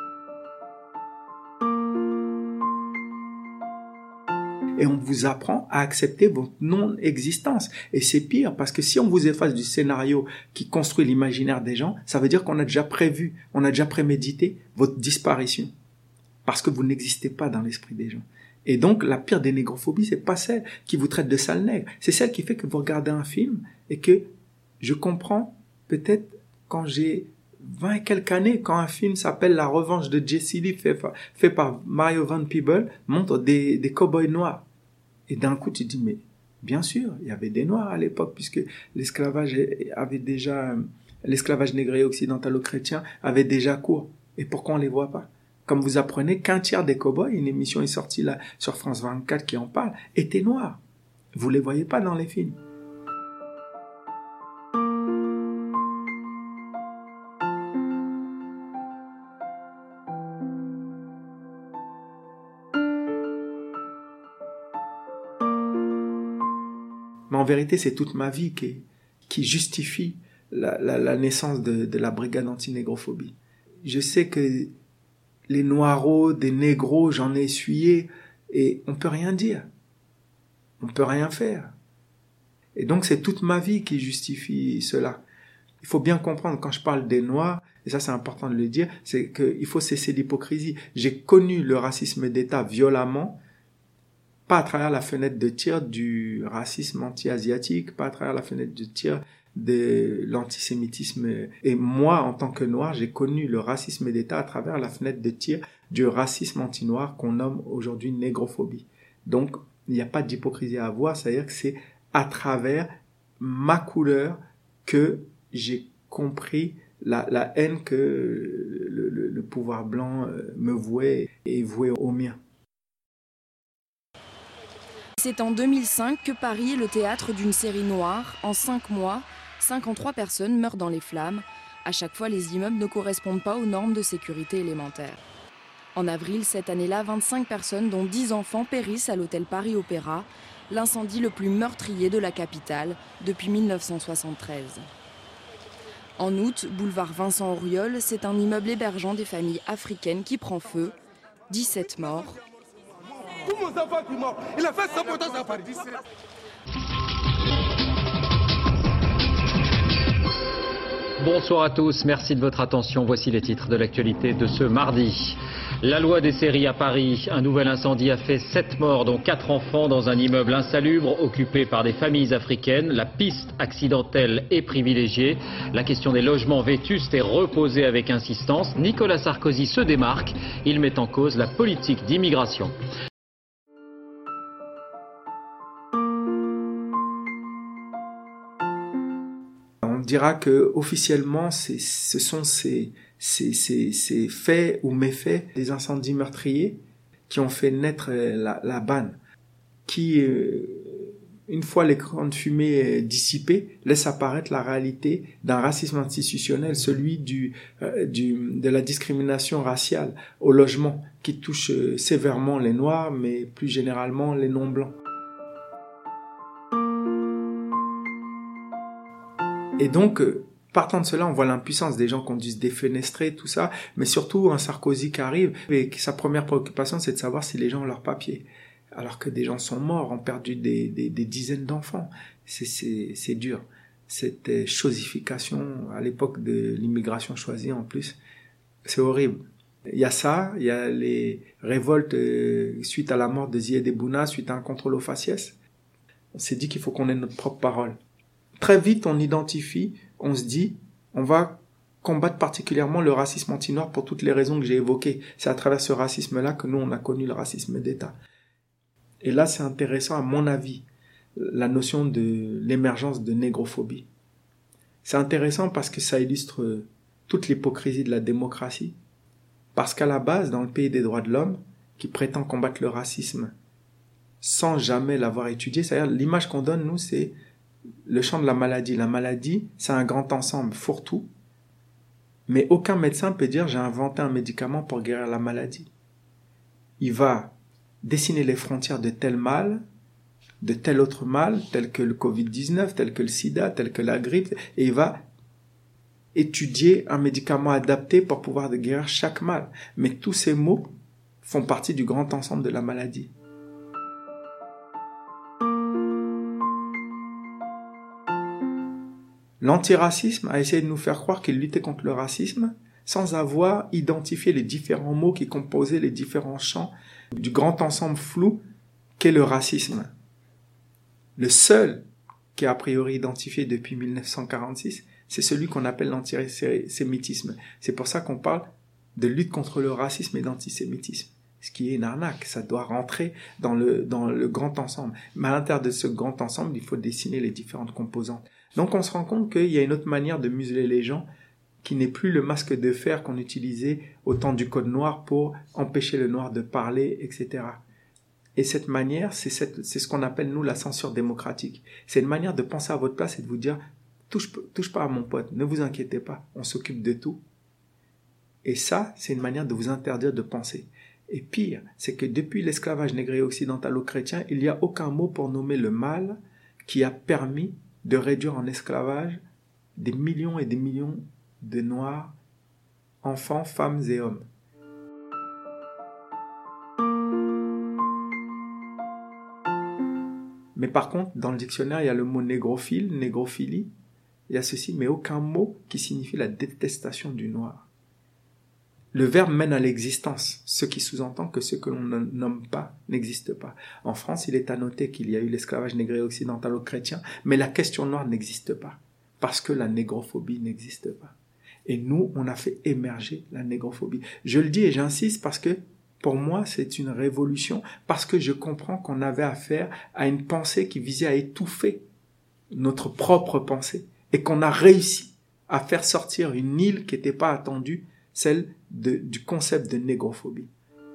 Et on vous apprend à accepter votre non-existence. Et c'est pire, parce que si on vous efface du scénario qui construit l'imaginaire des gens, ça veut dire qu'on a déjà prévu, on a déjà prémédité votre disparition. Parce que vous n'existez pas dans l'esprit des gens. Et donc, la pire des négrophobies, c'est pas celle qui vous traite de sale nègre. C'est celle qui fait que vous regardez un film et que je comprends peut-être quand j'ai vingt et quelques années, quand un film s'appelle La Revanche de Jesse Lee, fait, fait par Mario Van Peebles, montre des, des cow-boys noirs. Et d'un coup, tu te dis, mais bien sûr, il y avait des noirs à l'époque, puisque l'esclavage avait déjà, l'esclavage négrier occidentalo-chrétien avait déjà cours. Et pourquoi on les voit pas? Comme vous apprenez qu'un tiers des cow-boys, une émission est sortie là sur France vingt-quatre qui en parle, étaient noirs. Vous les voyez pas dans les films. Mais en vérité, c'est toute ma vie qui, qui justifie la, la, la naissance de, de la brigade anti-négrophobie. je sais que les noireaux, des négros, j'en ai essuyé, et on peut rien dire. On peut rien faire. Et donc, c'est toute ma vie qui justifie cela. Il faut bien comprendre, quand je parle des Noirs, et ça c'est important de le dire, c'est qu'il faut cesser l'hypocrisie. J'ai connu le racisme d'État violemment, pas à travers la fenêtre de tir du racisme anti-asiatique, pas à travers la fenêtre de tir de l'antisémitisme. Et moi, en tant que Noir, j'ai connu le racisme d'État à travers la fenêtre de tir du racisme anti-noir qu'on nomme aujourd'hui négrophobie. Donc, il n'y a pas d'hypocrisie à avoir, c'est-à-dire que c'est à travers ma couleur que j'ai compris la, la haine que le, le, le pouvoir blanc me vouait et vouait au mien. C'est en deux mille cinq que Paris est le théâtre d'une série noire. En cinq mois, cinquante-trois personnes meurent dans les flammes. À chaque fois, les immeubles ne correspondent pas aux normes de sécurité élémentaires. En avril, cette année-là, vingt-cinq personnes, dont dix enfants, périssent à l'hôtel Paris Opéra, l'incendie le plus meurtrier de la capitale depuis mille neuf cent soixante-treize. En août, boulevard Vincent Auriol, c'est un immeuble hébergeant des familles africaines qui prend feu. dix-sept morts. Tous mon enfant qui mort, il a fait sabotage à Paris. Bonsoir à tous, merci de votre attention. Voici les titres de l'actualité de ce mardi. La loi des séries à Paris. Un nouvel incendie a fait sept morts, dont quatre enfants, dans un immeuble insalubre occupé par des familles africaines. La piste accidentelle est privilégiée. La question des logements vétustes est reposée avec insistance. Nicolas Sarkozy se démarque. Il met en cause la politique d'immigration. On dira que officiellement, c'est, ce sont ces, ces, ces, ces faits ou méfaits des incendies meurtriers qui ont fait naître la, la banne, qui, euh, une fois l'écran de fumée dissipé, laisse apparaître la réalité d'un racisme institutionnel, celui du, euh, du, de la discrimination raciale au logement, qui touche euh, sévèrement les Noirs, mais plus généralement les non-blancs. Et donc, partant de cela, on voit l'impuissance des gens qui ont dû se défenestrer, tout ça, mais surtout un Sarkozy qui arrive et que sa première préoccupation, c'est de savoir si les gens ont leurs papiers. Alors que des gens sont morts, ont perdu des, des, des dizaines d'enfants. C'est, c'est, c'est dur. Cette chosification à l'époque de l'immigration choisie, en plus, c'est horrible. Il y a ça, il y a les révoltes suite à la mort de Zied Bouna, suite à un contrôle aux faciès. On s'est dit qu'il faut qu'on ait notre propre parole. Très vite, on identifie, on se dit, on va combattre particulièrement le racisme anti-noir pour toutes les raisons que j'ai évoquées. C'est à travers ce racisme-là que nous, on a connu le racisme d'État. Et là, c'est intéressant, à mon avis, la notion de l'émergence de négrophobie. C'est intéressant parce que ça illustre toute l'hypocrisie de la démocratie. Parce qu'à la base, dans le pays des droits de l'homme, qui prétend combattre le racisme sans jamais l'avoir étudié, c'est-à-dire l'image qu'on donne, nous, c'est le champ de la maladie. La maladie, c'est un grand ensemble fourre-tout, mais aucun médecin peut dire « j'ai inventé un médicament pour guérir la maladie ». Il va dessiner les frontières de tel mal, de tel autre mal, tel que le covid dix-neuf, tel que le sida, tel que la grippe, et il va étudier un médicament adapté pour pouvoir guérir chaque mal. Mais tous ces mots font partie du grand ensemble de la maladie. L'antiracisme a essayé de nous faire croire qu'il luttait contre le racisme sans avoir identifié les différents mots qui composaient les différents champs du grand ensemble flou qu'est le racisme. Le seul qui est a priori identifié depuis mille neuf cent quarante-six, c'est celui qu'on appelle l'antisémitisme. C'est pour ça qu'on parle de lutte contre le racisme et d'antisémitisme. Ce qui est une arnaque, ça doit rentrer dans le, dans le grand ensemble. Mais à l'intérieur de ce grand ensemble, il faut dessiner les différentes composantes. Donc on se rend compte qu'il y a une autre manière de museler les gens qui n'est plus le masque de fer qu'on utilisait au temps du code noir pour empêcher le noir de parler, et cetera. Et cette manière, c'est, cette, c'est ce qu'on appelle nous la censure démocratique. C'est une manière de penser à votre place et de vous dire touche, touche pas à mon pote, ne vous inquiétez pas, on s'occupe de tout. Et ça, c'est une manière de vous interdire de penser. Et pire, c'est que depuis l'esclavage négro-occidentalo-chrétien, il n'y a aucun mot pour nommer le mal qui a permis de réduire en esclavage des millions et des millions de Noirs enfants, femmes et hommes. Mais par contre, dans le dictionnaire, il y a le mot négrophile, négrophilie. Il y a ceci, mais aucun mot qui signifie la détestation du noir. Le verbe mène à l'existence, ce qui sous-entend que ce que l'on ne nomme pas n'existe pas. En France, il est à noter qu'il y a eu l'esclavage négro-occidentalo-chrétien, mais la question noire n'existe pas, parce que la négrophobie n'existe pas. Et nous, on a fait émerger la négrophobie. Je le dis et j'insiste parce que, pour moi, c'est une révolution, parce que je comprends qu'on avait affaire à une pensée qui visait à étouffer notre propre pensée, et qu'on a réussi à faire sortir une île qui n'était pas attendue, celle de, du concept de négrophobie.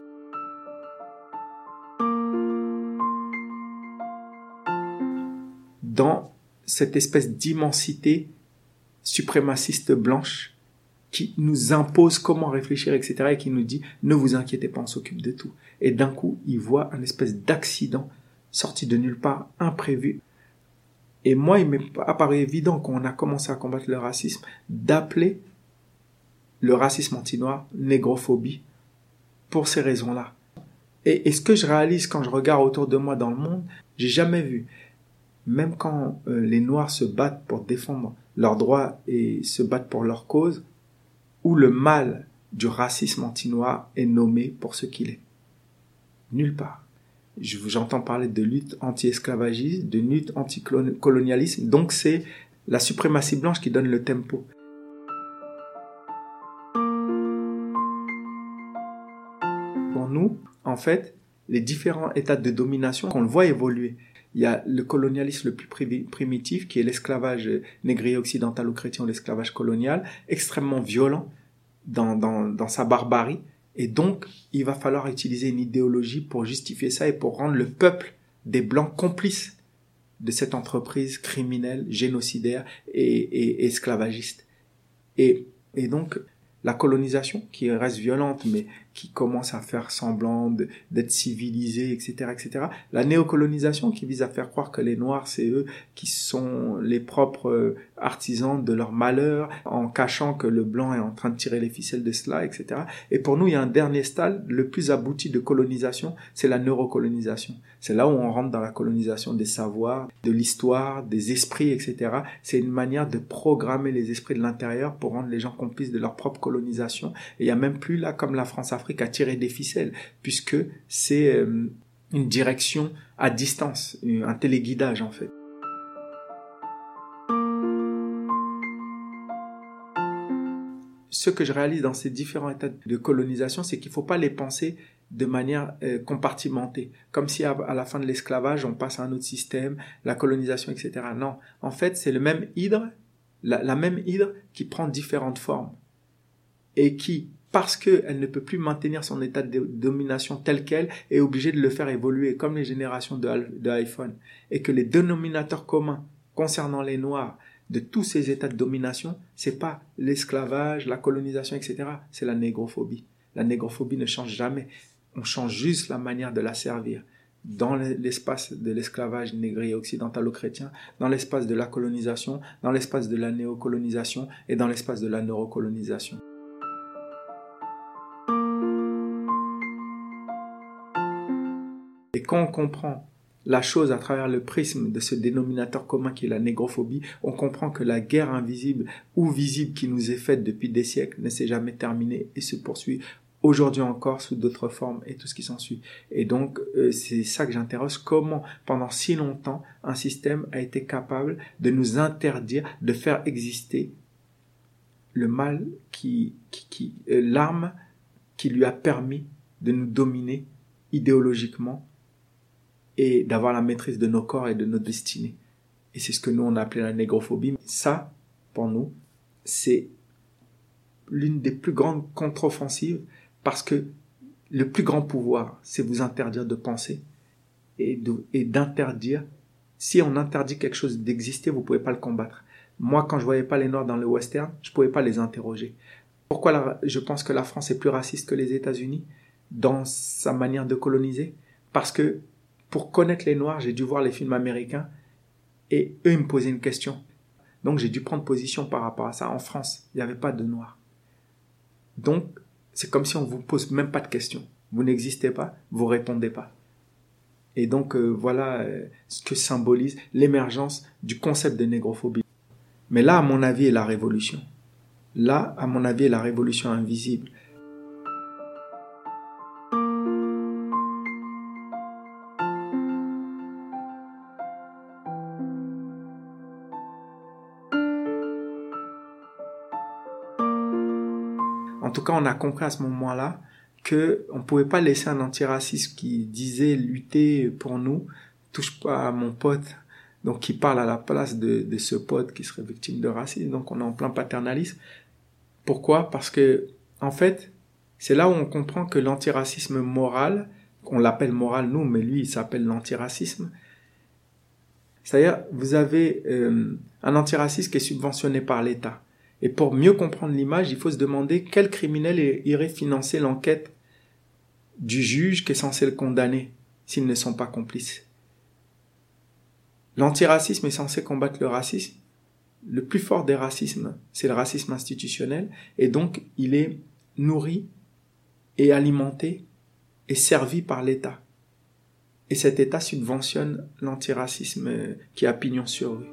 Dans cette espèce d'immensité suprémaciste blanche qui nous impose comment réfléchir, et cetera, et qui nous dit « ne vous inquiétez pas, on s'occupe de tout ». Et d'un coup, il voit un espèce d'accident sorti de nulle part, imprévu. Et moi, il m'est apparu évident, quand on a commencé à combattre le racisme, d'appeler le racisme anti-noir négrophobie pour ces raisons-là. Et, et ce que je réalise quand je regarde autour de moi dans le monde, j'ai jamais vu, même quand euh, les Noirs se battent pour défendre leurs droits et se battent pour leur cause, où le mal du racisme anti-noir est nommé pour ce qu'il est. Nulle part. J'entends parler de lutte anti-esclavagiste, de lutte anti-colonialisme, donc c'est la suprématie blanche qui donne le tempo. Pour nous, en fait, les différents états de domination, on le voit évoluer. Il y a le colonialisme le plus primitif, qui est l'esclavage négrier-occidentalo-chrétien, l'esclavage colonial, extrêmement violent dans, dans, dans sa barbarie. Et donc, il va falloir utiliser une idéologie pour justifier ça et pour rendre le peuple des Blancs complices de cette entreprise criminelle, génocidaire et, et, et esclavagiste. Et, et donc, la colonisation, qui reste violente, mais qui commence à faire semblant de, d'être civilisée, et cetera, et cetera. La néocolonisation, qui vise à faire croire que les Noirs, c'est eux qui sont les propres artisans de leur malheur, en cachant que le blanc est en train de tirer les ficelles de cela, et cetera. Et pour nous, il y a un dernier stade, le plus abouti de colonisation, c'est la neurocolonisation. C'est là où on rentre dans la colonisation des savoirs, de l'histoire, des esprits, et cetera. C'est une manière de programmer les esprits de l'intérieur pour rendre les gens complices de leur propre colonisation. Et il n'y a même plus là, comme la France-Afrique, à tirer des ficelles, puisque c'est euh, une direction à distance, un téléguidage en fait. Ce que je réalise dans ces différents états de colonisation, c'est qu'il ne faut pas les penser de manière euh, compartimentée, comme si à, à la fin de l'esclavage, on passe à un autre système, la colonisation, et cetera. Non, en fait, c'est le même hydre, la, la même hydre qui prend différentes formes et qui, parce qu'elle ne peut plus maintenir son état de domination tel quel, est obligée de le faire évoluer comme les générations de, de iPhone. Et que les dénominateurs communs concernant les Noirs de tous ces états de domination, c'est pas l'esclavage, la colonisation, et cetera. C'est la négrophobie. La négrophobie ne change jamais. On change juste la manière de la servir. Dans l'espace de l'esclavage négrier occidentalo-chrétien, dans l'espace de la colonisation, dans l'espace de la néocolonisation et dans l'espace de la neurocolonisation. Et quand on comprend la chose à travers le prisme de ce dénominateur commun qui est la négrophobie, on comprend que la guerre invisible ou visible qui nous est faite depuis des siècles ne s'est jamais terminée et se poursuit aujourd'hui encore sous d'autres formes et tout ce qui s'ensuit. Et donc, euh, c'est ça que j'interroge, comment pendant si longtemps un système a été capable de nous interdire de faire exister le mal qui, qui, qui euh, l'arme qui lui a permis de nous dominer idéologiquement et d'avoir la maîtrise de nos corps et de nos destinées. Et c'est ce que nous, on a appelé la négrophobie. Ça, pour nous, c'est l'une des plus grandes contre-offensives parce que le plus grand pouvoir, c'est vous interdire de penser et, de, et d'interdire. Si on interdit quelque chose d'exister, vous ne pouvez pas le combattre. Moi, quand je ne voyais pas les Noirs dans le western, je ne pouvais pas les interroger. Pourquoi la, je pense que la France est plus raciste que les États-Unis dans sa manière de coloniser? Parce que pour connaître les Noirs, j'ai dû voir les films américains et eux, ils me posaient une question. Donc, j'ai dû prendre position par rapport à ça. En France, il n'y avait pas de Noirs. Donc, c'est comme si on vous pose même pas de questions. Vous n'existez pas, vous répondez pas. Et donc, euh, voilà euh, ce que symbolise l'émergence du concept de négrophobie. Mais là, à mon avis, est la révolution. Là, à mon avis, est la révolution invisible. En tout cas, on a compris à ce moment-là que on pouvait pas laisser un antiraciste qui disait lutter pour nous, touche pas à mon pote, donc qui parle à la place de, de ce pote qui serait victime de racisme. Donc on est en plein paternalisme. Pourquoi? Parce que, en fait, c'est là où on comprend que l'antiracisme moral, on l'appelle moral nous, mais lui il s'appelle l'antiracisme. C'est-à-dire, vous avez euh, un antiraciste qui est subventionné par l'État. Et pour mieux comprendre l'image, il faut se demander quel criminel irait financer l'enquête du juge qui est censé le condamner s'ils ne sont pas complices. L'antiracisme est censé combattre le racisme. Le plus fort des racismes, c'est le racisme institutionnel. Et donc, il est nourri et alimenté et servi par l'État. Et cet État subventionne l'antiracisme qui a pignon sur rue.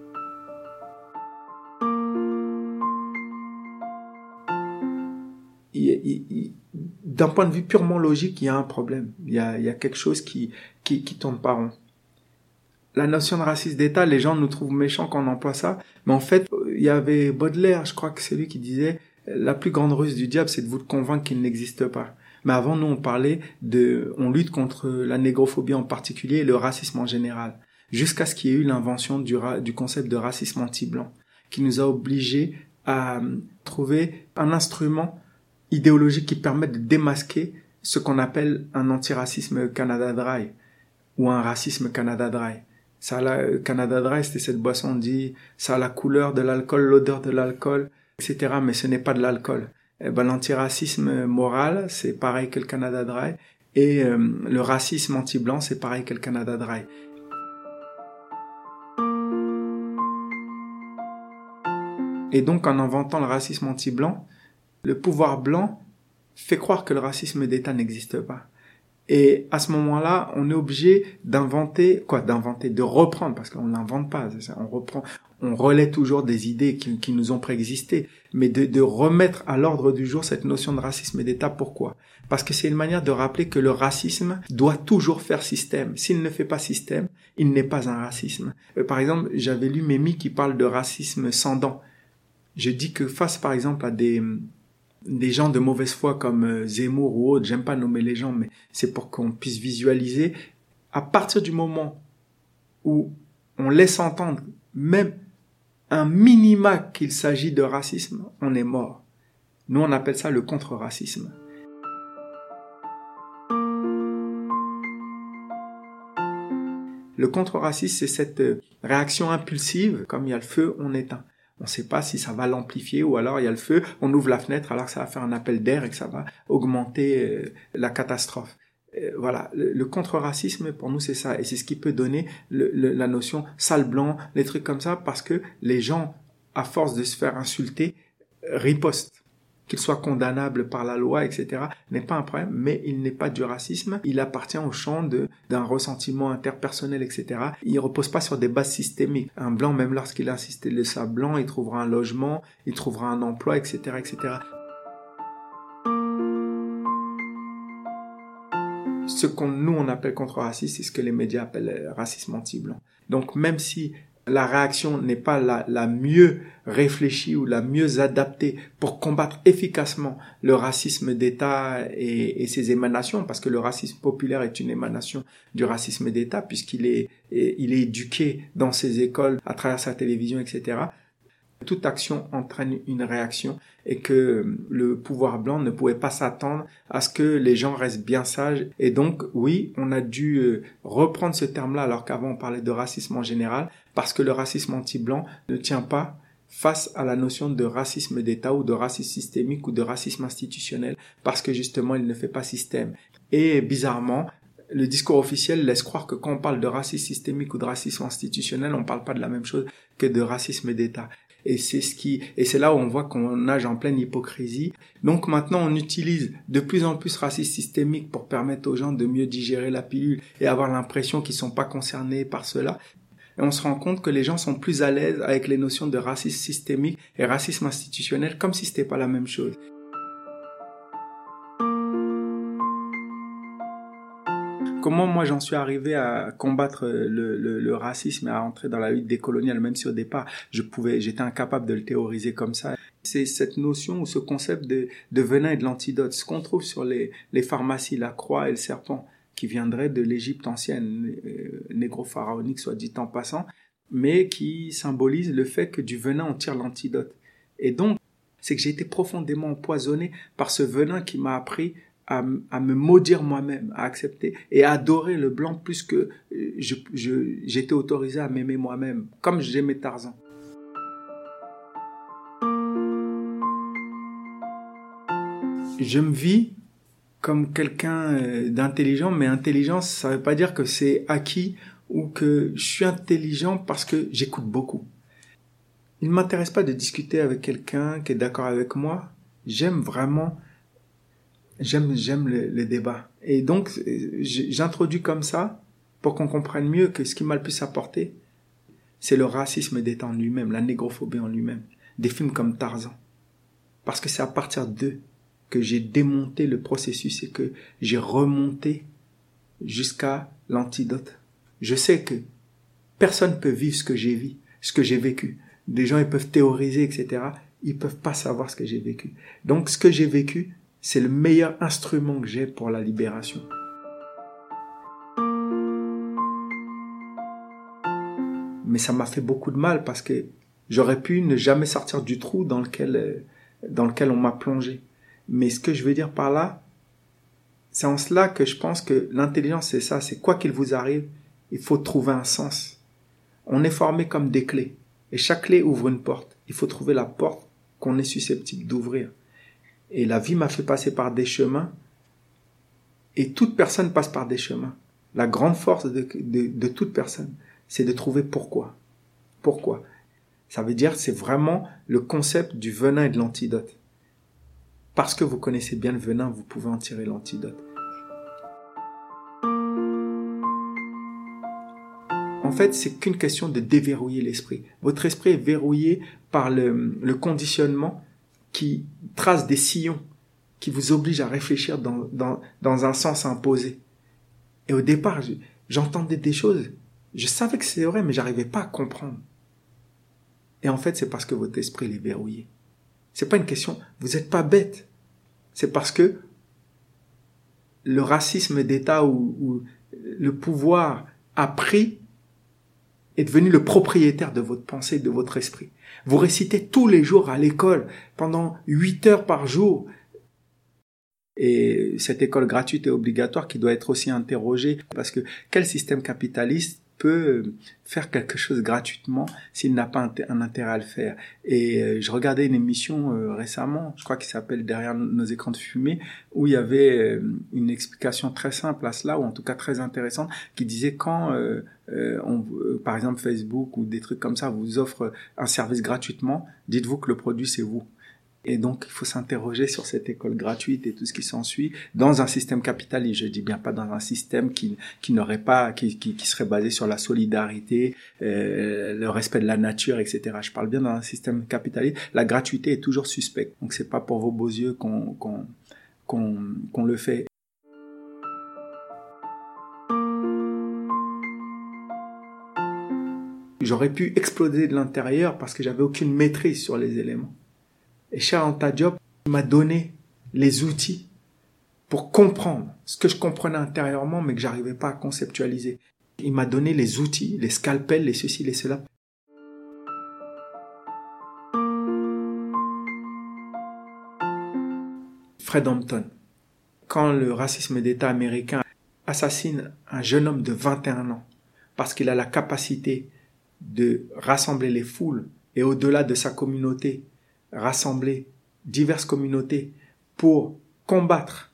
Il, il, il, d'un point de vue purement logique, il y a un problème. Il y a, il y a quelque chose qui, qui, qui tourne pas rond. La notion de racisme d'État, les gens nous trouvent méchants quand on emploie ça. Mais en fait, il y avait Baudelaire, je crois que c'est lui qui disait « La plus grande ruse du diable, c'est de vous convaincre qu'il n'existe pas ». Mais avant, nous, on parlait de... On lutte contre la négrophobie en particulier et le racisme en général. Jusqu'à ce qu'il y ait eu l'invention du, ra... du concept de racisme anti-blanc, qui nous a obligés à trouver un instrument idéologique qui permet de démasquer ce qu'on appelle un antiracisme Canada Dry ou un racisme Canada Dry. Ça a la, Canada Dry, c'était cette boisson, on dit, ça a la couleur de l'alcool, l'odeur de l'alcool, et cetera. Mais ce n'est pas de l'alcool. Eh ben, l'antiracisme moral, c'est pareil que le Canada Dry. Et euh, le racisme anti-blanc, c'est pareil que le Canada Dry. Et donc, en inventant le racisme anti-blanc, le pouvoir blanc fait croire que le racisme d'État n'existe pas. Et à ce moment-là, on est obligé d'inventer, quoi, d'inventer, de reprendre, parce qu'on n'invente pas, c'est ça, on reprend, on relaie toujours des idées qui, qui nous ont préexisté, mais de, de remettre à l'ordre du jour cette notion de racisme d'État. Pourquoi? Parce que c'est une manière de rappeler que le racisme doit toujours faire système. S'il ne fait pas système, il n'est pas un racisme. Euh, par exemple, j'avais lu Mémy qui parle de racisme sans dents. Je dis que face, par exemple, à des des gens de mauvaise foi comme Zemmour ou autres, j'aime pas nommer les gens, mais c'est pour qu'on puisse visualiser, à partir du moment où on laisse entendre même un minima qu'il s'agit de racisme, on est mort. Nous, on appelle ça le contre-racisme. Le contre-racisme, c'est cette réaction impulsive, comme il y a le feu, on éteint. On ne sait pas si ça va l'amplifier ou alors il y a le feu, on ouvre la fenêtre alors que ça va faire un appel d'air et que ça va augmenter euh, la catastrophe. Euh, voilà, le, le contre-racisme pour nous c'est ça et c'est ce qui peut donner le, le, la notion sale blanc, les trucs comme ça parce que les gens, à force de se faire insulter, ripostent. Qu'il soit condamnable par la loi, et cetera, n'est pas un problème, mais il n'est pas du racisme. Il appartient au champ de, d'un ressentiment interpersonnel, et cetera. Il repose pas sur des bases systémiques. Un blanc, même lorsqu'il a insisté le ça blanc, il trouvera un logement, il trouvera un emploi, et cetera, et cetera. Ce qu'on, nous, on appelle contre-racisme, c'est ce que les médias appellent racisme anti-blanc. Donc, même si la réaction n'est pas la, la mieux réfléchie ou la mieux adaptée pour combattre efficacement le racisme d'État et, et ses émanations, parce que le racisme populaire est une émanation du racisme d'État, puisqu'il est, il est éduqué dans ses écoles, à travers sa télévision, et cetera. Toute action entraîne une réaction et que le pouvoir blanc ne pouvait pas s'attendre à ce que les gens restent bien sages. Et donc, oui, on a dû reprendre ce terme-là alors qu'avant on parlait de racisme en général parce que le racisme anti-blanc ne tient pas face à la notion de racisme d'État ou de racisme systémique ou de racisme institutionnel parce que justement il ne fait pas système. Et bizarrement, le discours officiel laisse croire que quand on parle de racisme systémique ou de racisme institutionnel, on ne parle pas de la même chose que de racisme d'État. Et c'est ce qui, et c'est là où on voit qu'on nage en pleine hypocrisie. Donc maintenant, on utilise de plus en plus racisme systémique pour permettre aux gens de mieux digérer la pilule et avoir l'impression qu'ils sont pas concernés par cela. Et on se rend compte que les gens sont plus à l'aise avec les notions de racisme systémique et racisme institutionnel, comme si c'était pas la même chose. Comment moi j'en suis arrivé à combattre le, le, le racisme et à entrer dans la lutte décoloniale, même si au départ je pouvais, j'étais incapable de le théoriser comme ça. C'est cette notion ou ce concept de, de venin et de l'antidote, ce qu'on trouve sur les, les pharmacies, la croix et le serpent, qui viendrait de l'Égypte ancienne, euh, négro-pharaonique soit dit en passant, mais qui symbolise le fait que du venin on tire l'antidote. Et donc, c'est que j'ai été profondément empoisonné par ce venin qui m'a appris à, à me maudire moi-même, à accepter et à adorer le blanc plus que je, je, j'étais autorisé à m'aimer moi-même, comme j'aimais Tarzan. Je me vis comme quelqu'un d'intelligent, mais intelligence, ça ne veut pas dire que c'est acquis ou que je suis intelligent parce que j'écoute beaucoup. Il ne m'intéresse pas de discuter avec quelqu'un qui est d'accord avec moi. J'aime vraiment, j'aime, j'aime le, le débat. Et donc, j'introduis comme ça pour qu'on comprenne mieux que ce qui m'a le plus apporté, c'est le racisme d'État en lui-même, la négrophobie en lui-même. Des films comme Tarzan. Parce que c'est à partir d'eux que j'ai démonté le processus et que j'ai remonté jusqu'à l'antidote. Je sais que personne ne peut vivre ce que j'ai vécu, ce que j'ai vécu. Des gens, ils peuvent théoriser, et cetera. Ils peuvent pas savoir ce que j'ai vécu. Donc, ce que j'ai vécu, c'est le meilleur instrument que j'ai pour la libération. Mais ça m'a fait beaucoup de mal parce que j'aurais pu ne jamais sortir du trou dans lequel, dans lequel on m'a plongé. Mais ce que je veux dire par là, c'est en cela que je pense que l'intelligence, c'est ça. C'est quoi qu'il vous arrive, il faut trouver un sens. On est formé comme des clés. Et chaque clé ouvre une porte. Il faut trouver la porte qu'on est susceptible d'ouvrir. Et la vie m'a fait passer par des chemins. Et toute personne passe par des chemins. La grande force de, de, de toute personne, c'est de trouver pourquoi. Pourquoi? Ça veut dire, c'est vraiment le concept du venin et de l'antidote. Parce que vous connaissez bien le venin, vous pouvez en tirer l'antidote. En fait, c'est qu'une question de déverrouiller l'esprit. Votre esprit est verrouillé par le, le conditionnement qui trace des sillons, qui vous oblige à réfléchir dans, dans, dans un sens imposé. Et au départ, j'entendais des choses, je savais que c'était vrai, mais j'arrivais pas à comprendre. Et en fait, c'est parce que votre esprit est verrouillé. C'est pas une question, vous n'êtes pas bête. C'est parce que le racisme d'État ou, ou le pouvoir a pris, est devenu le propriétaire de votre pensée, de votre esprit. Vous récitez tous les jours à l'école, pendant huit heures par jour. Et cette école gratuite et obligatoire qui doit être aussi interrogée, parce que quel système capitaliste peut faire quelque chose gratuitement s'il n'a pas un intérêt à le faire. Et euh, je regardais une émission euh, récemment, je crois qu'il s'appelle Derrière nos écrans de fumée, où il y avait euh, une explication très simple à cela, ou en tout cas très intéressante, qui disait quand, euh, euh, on, euh, par exemple Facebook ou des trucs comme ça vous offre un service gratuitement, dites-vous que le produit c'est vous. Et donc, il faut s'interroger sur cette école gratuite et tout ce qui s'ensuit dans un système capitaliste. Je dis bien pas dans un système qui, qui n'aurait pas, qui, qui, qui serait basé sur la solidarité, euh, le respect de la nature, et cetera. Je parle bien dans un système capitaliste. La gratuité est toujours suspecte. Donc, c'est pas pour vos beaux yeux qu'on, qu'on, qu'on, qu'on le fait. J'aurais pu exploser de l'intérieur parce que j'avais aucune maîtrise sur les éléments. Et Cheikh Anta Diop m'a donné les outils pour comprendre ce que je comprenais intérieurement mais que j'arrivais pas à conceptualiser. Il m'a donné les outils, les scalpels, les ceci, les cela. Fred Hampton, quand le racisme d'État américain assassine un jeune homme de vingt et un ans parce qu'il a la capacité de rassembler les foules et au-delà de sa communauté, rassembler diverses communautés pour combattre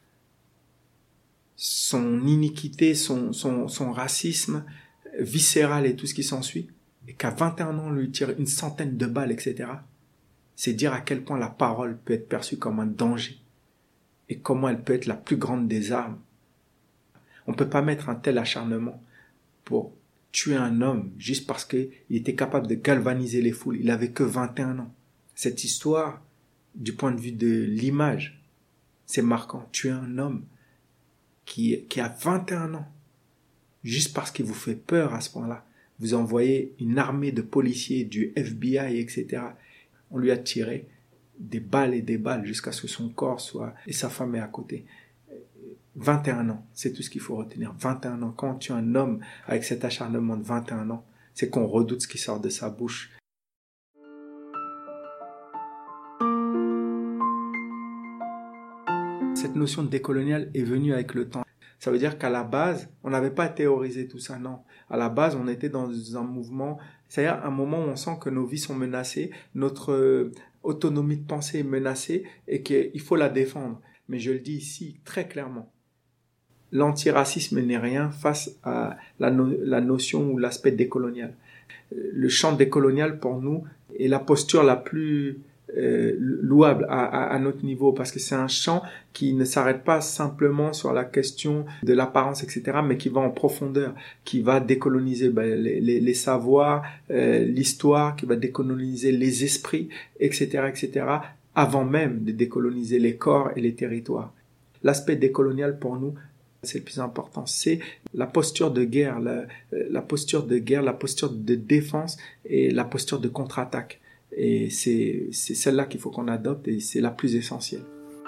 son iniquité, son, son, son racisme viscéral et tout ce qui s'ensuit, et qu'à vingt et un ans, on lui tire une centaine de balles, et cetera, c'est dire à quel point la parole peut être perçue comme un danger et comment elle peut être la plus grande des armes. On ne peut pas mettre un tel acharnement pour tuer un homme juste parce qu'il était capable de galvaniser les foules. Il n'avait que vingt et un ans. Cette histoire, du point de vue de l'image, c'est marquant. Tuer un homme qui, qui a vingt et un ans, juste parce qu'il vous fait peur à ce point-là. Vous envoyez une armée de policiers, du F B I, et cetera. On lui a tiré des balles et des balles jusqu'à ce que son corps soit... Et sa femme est à côté. vingt et un ans, c'est tout ce qu'il faut retenir. vingt et un ans. Quand on tue un homme avec cet acharnement de vingt et un ans, c'est qu'on redoute ce qui sort de sa bouche. Cette notion de décolonial est venue avec le temps. Ça veut dire qu'à la base, on n'avait pas théorisé tout ça, non. À la base, on était dans un mouvement, c'est-à-dire un moment où on sent que nos vies sont menacées, notre euh, autonomie de pensée est menacée et qu'il faut la défendre. Mais je le dis ici très clairement, l'antiracisme n'est rien face à la, no- la notion ou l'aspect décolonial. Le champ décolonial, pour nous, est la posture la plus euh, louable à, à, à notre niveau, parce que c'est un champ qui ne s'arrête pas simplement sur la question de l'apparence, et cetera, mais qui va en profondeur, qui va décoloniser ben, les, les, les savoirs, euh, l'histoire, qui va décoloniser les esprits, et cetera, et cetera, avant même de décoloniser les corps et les territoires. L'aspect décolonial pour nous, c'est le plus important, c'est la posture de guerre, la, la posture de guerre, la posture de défense et la posture de contre-attaque. Et c'est, c'est celle-là qu'il faut qu'on adopte et c'est la plus essentielle.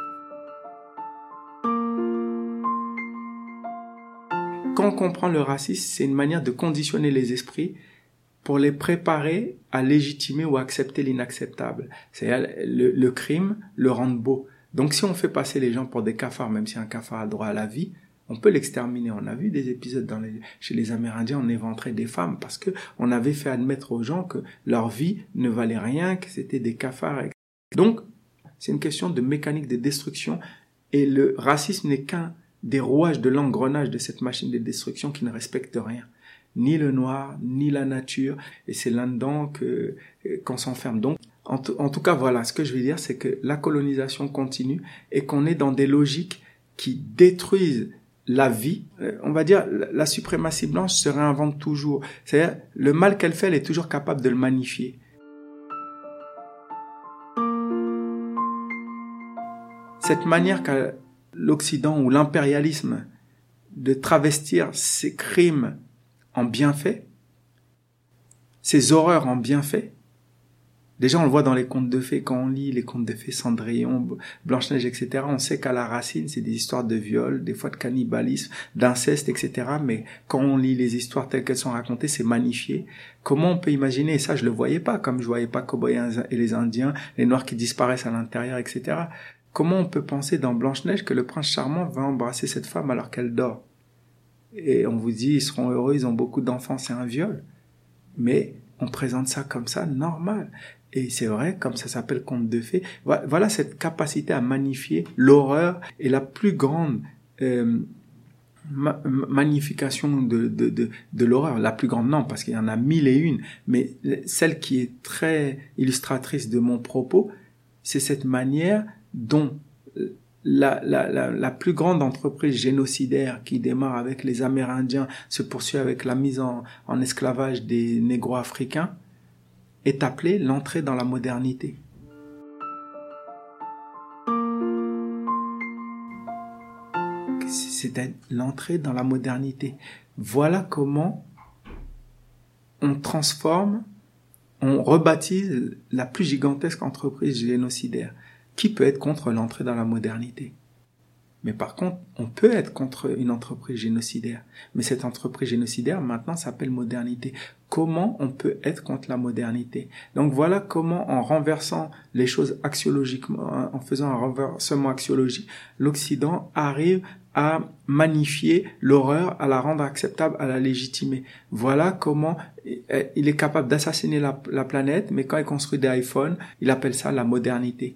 Quand on comprend le racisme, c'est une manière de conditionner les esprits pour les préparer à légitimer ou accepter l'inacceptable. C'est-à-dire le, le crime, le rendre beau. Donc si on fait passer les gens pour des cafards, même si un cafard a droit à la vie, on peut l'exterminer. On a vu des épisodes dans les, chez les Amérindiens, on éventrait des femmes parce que on avait fait admettre aux gens que leur vie ne valait rien, que c'était des cafards. Donc, c'est une question de mécanique de destruction et le racisme n'est qu'un des rouages de l'engrenage de cette machine de destruction qui ne respecte rien. Ni le noir, ni la nature, et c'est là-dedans que, qu'on s'enferme. Donc, en, t- en tout cas, voilà, ce que je veux dire, c'est que la colonisation continue et qu'on est dans des logiques qui détruisent la vie. On va dire, la suprématie blanche se réinvente toujours. C'est-à-dire, le mal qu'elle fait, elle est toujours capable de le magnifier. Cette manière qu'a l'Occident ou l'impérialisme de travestir ses crimes en bienfaits, ses horreurs en bienfaits. Déjà, on le voit dans les contes de fées, quand on lit les contes de fées, Cendrillon, Blanche-Neige, et cetera, on sait qu'à la racine, c'est des histoires de viol, des fois de cannibalisme, d'inceste, et cetera. Mais quand on lit les histoires telles qu'elles sont racontées, c'est magnifié. Comment on peut imaginer, et ça je le voyais pas, comme je voyais pas Cowboy et les Indiens, les Noirs qui disparaissent à l'intérieur, et cetera. Comment on peut penser dans Blanche-Neige que le prince charmant va embrasser cette femme alors qu'elle dort? Et on vous dit, ils seront heureux, ils ont beaucoup d'enfants, c'est un viol. Mais on présente ça comme ça, normal. Et c'est vrai, comme ça s'appelle conte de fées, voilà cette capacité à magnifier l'horreur et la plus grande euh, ma- magnification de, de, de, de l'horreur. La plus grande, non, parce qu'il y en a mille et une. Mais celle qui est très illustratrice de mon propos, c'est cette manière dont la, la, la, la plus grande entreprise génocidaire qui démarre avec les Amérindiens se poursuit avec la mise en, en esclavage des négro-africains, est appelée l'entrée dans la modernité. C'est l'entrée dans la modernité. Voilà comment on transforme, on rebaptise la plus gigantesque entreprise génocidaire. Qui peut être contre l'entrée dans la modernité? Mais par contre, on peut être contre une entreprise génocidaire. Mais cette entreprise génocidaire, maintenant, s'appelle modernité. Comment on peut être contre la modernité? Donc voilà comment, en renversant les choses axiologiquement, en faisant un renversement axiologique, l'Occident arrive à magnifier l'horreur, à la rendre acceptable, à la légitimer. Voilà comment il est capable d'assassiner la, la planète, mais quand il construit des iPhones, il appelle ça la modernité.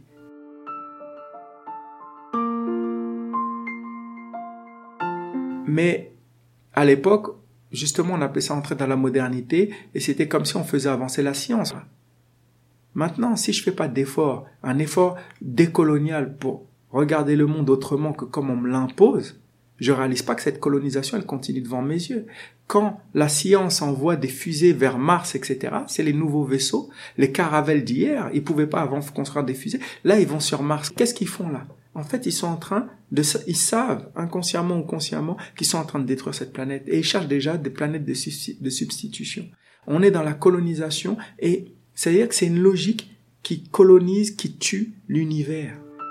Mais à l'époque, justement, on appelait ça entrer dans la modernité, et c'était comme si on faisait avancer la science. Maintenant, si je fais pas d'effort, un effort décolonial pour regarder le monde autrement que comme on me l'impose, je réalise pas que cette colonisation, elle continue devant mes yeux. Quand la science envoie des fusées vers Mars, et cetera, c'est les nouveaux vaisseaux, les caravelles d'hier, ils pouvaient pas avant construire des fusées. Là, ils vont sur Mars. Qu'est-ce qu'ils font là? En fait, ils sont en train de, ils savent, inconsciemment ou consciemment, qu'ils sont en train de détruire cette planète. Et ils cherchent déjà des planètes de, de substitution. On est dans la colonisation et c'est-à-dire que c'est une logique qui colonise, qui tue l'univers.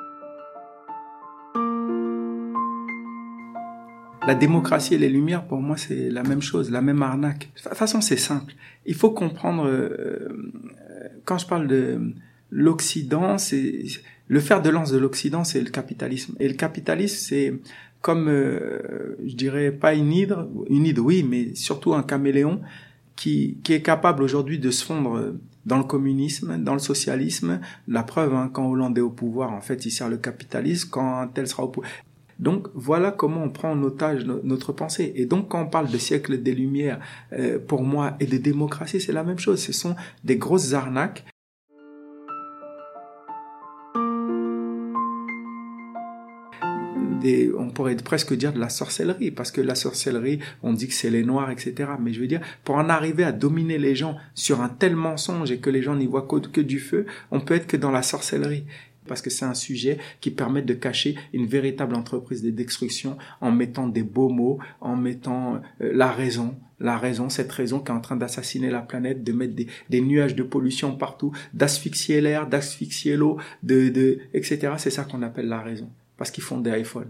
La démocratie et les Lumières, pour moi, c'est la même chose, la même arnaque. De toute façon, c'est simple. Il faut comprendre, euh, quand je parle de l'Occident, c'est le fer de lance de l'Occident, c'est le capitalisme. Et le capitalisme, c'est comme, euh, je dirais, pas une hydre, une hydre, oui, mais surtout un caméléon qui, qui est capable aujourd'hui de se fondre dans le communisme, dans le socialisme. La preuve, hein, quand Hollande est au pouvoir, en fait, il sert le capitalisme. Quand un tel sera au pouvoir. Donc, voilà comment on prend en otage no- notre pensée. Et donc, quand on parle de siècle des Lumières, euh, pour moi, et de démocratie, c'est la même chose. Ce sont des grosses arnaques. Des, on pourrait presque dire de la sorcellerie, parce que la sorcellerie, on dit que c'est les Noirs, et cetera. Mais je veux dire, pour en arriver à dominer les gens sur un tel mensonge et que les gens n'y voient que, que du feu, on peut être que dans la sorcellerie. Parce que c'est un sujet qui permet de cacher une véritable entreprise de destruction en mettant des beaux mots, en mettant euh, la raison, la raison, cette raison qui est en train d'assassiner la planète, de mettre des, des nuages de pollution partout, d'asphyxier l'air, d'asphyxier l'eau, de, de, et cetera. C'est ça qu'on appelle la raison. Parce qu'ils font des iPhones.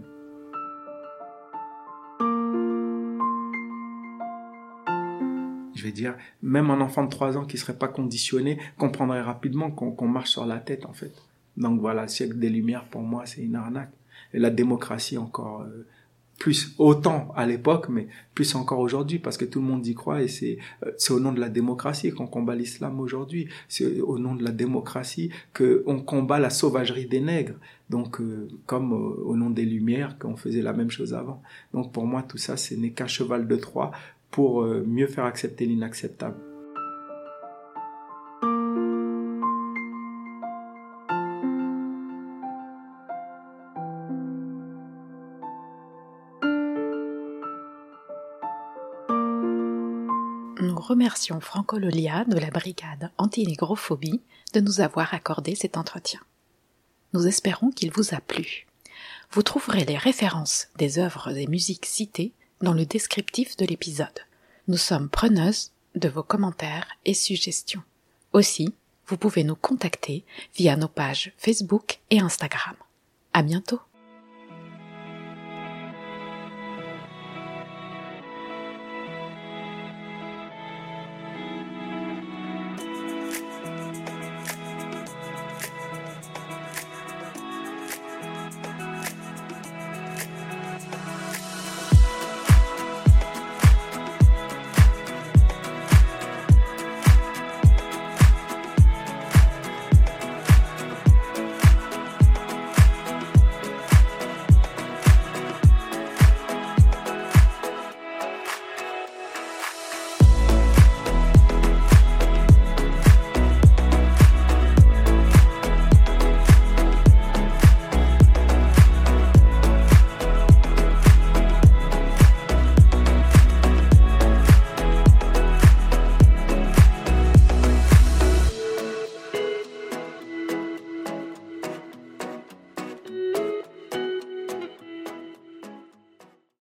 Je vais dire, même un enfant de trois ans qui serait pas conditionné comprendrait rapidement qu'on, qu'on marche sur la tête, en fait. Donc voilà, le siècle des Lumières, pour moi, c'est une arnaque. Et la démocratie, encore euh, plus, autant à l'époque, mais plus encore aujourd'hui, parce que tout le monde y croit, et c'est, euh, c'est au nom de la démocratie qu'on combat l'islam aujourd'hui. C'est au nom de la démocratie qu'on combat la sauvagerie des nègres. Donc, euh, comme euh, au nom des Lumières, qu'on faisait la même chose avant. Donc pour moi, tout ça, ce n'est qu'un cheval de Troie pour euh, mieux faire accepter l'inacceptable. Nous remercions Franco Lolia de la brigade anti-négrophobie de nous avoir accordé cet entretien. Nous espérons qu'il vous a plu. Vous trouverez les références des œuvres et musiques citées dans le descriptif de l'épisode. Nous sommes preneuses de vos commentaires et suggestions. Aussi, vous pouvez nous contacter via nos pages Facebook et Instagram. À bientôt!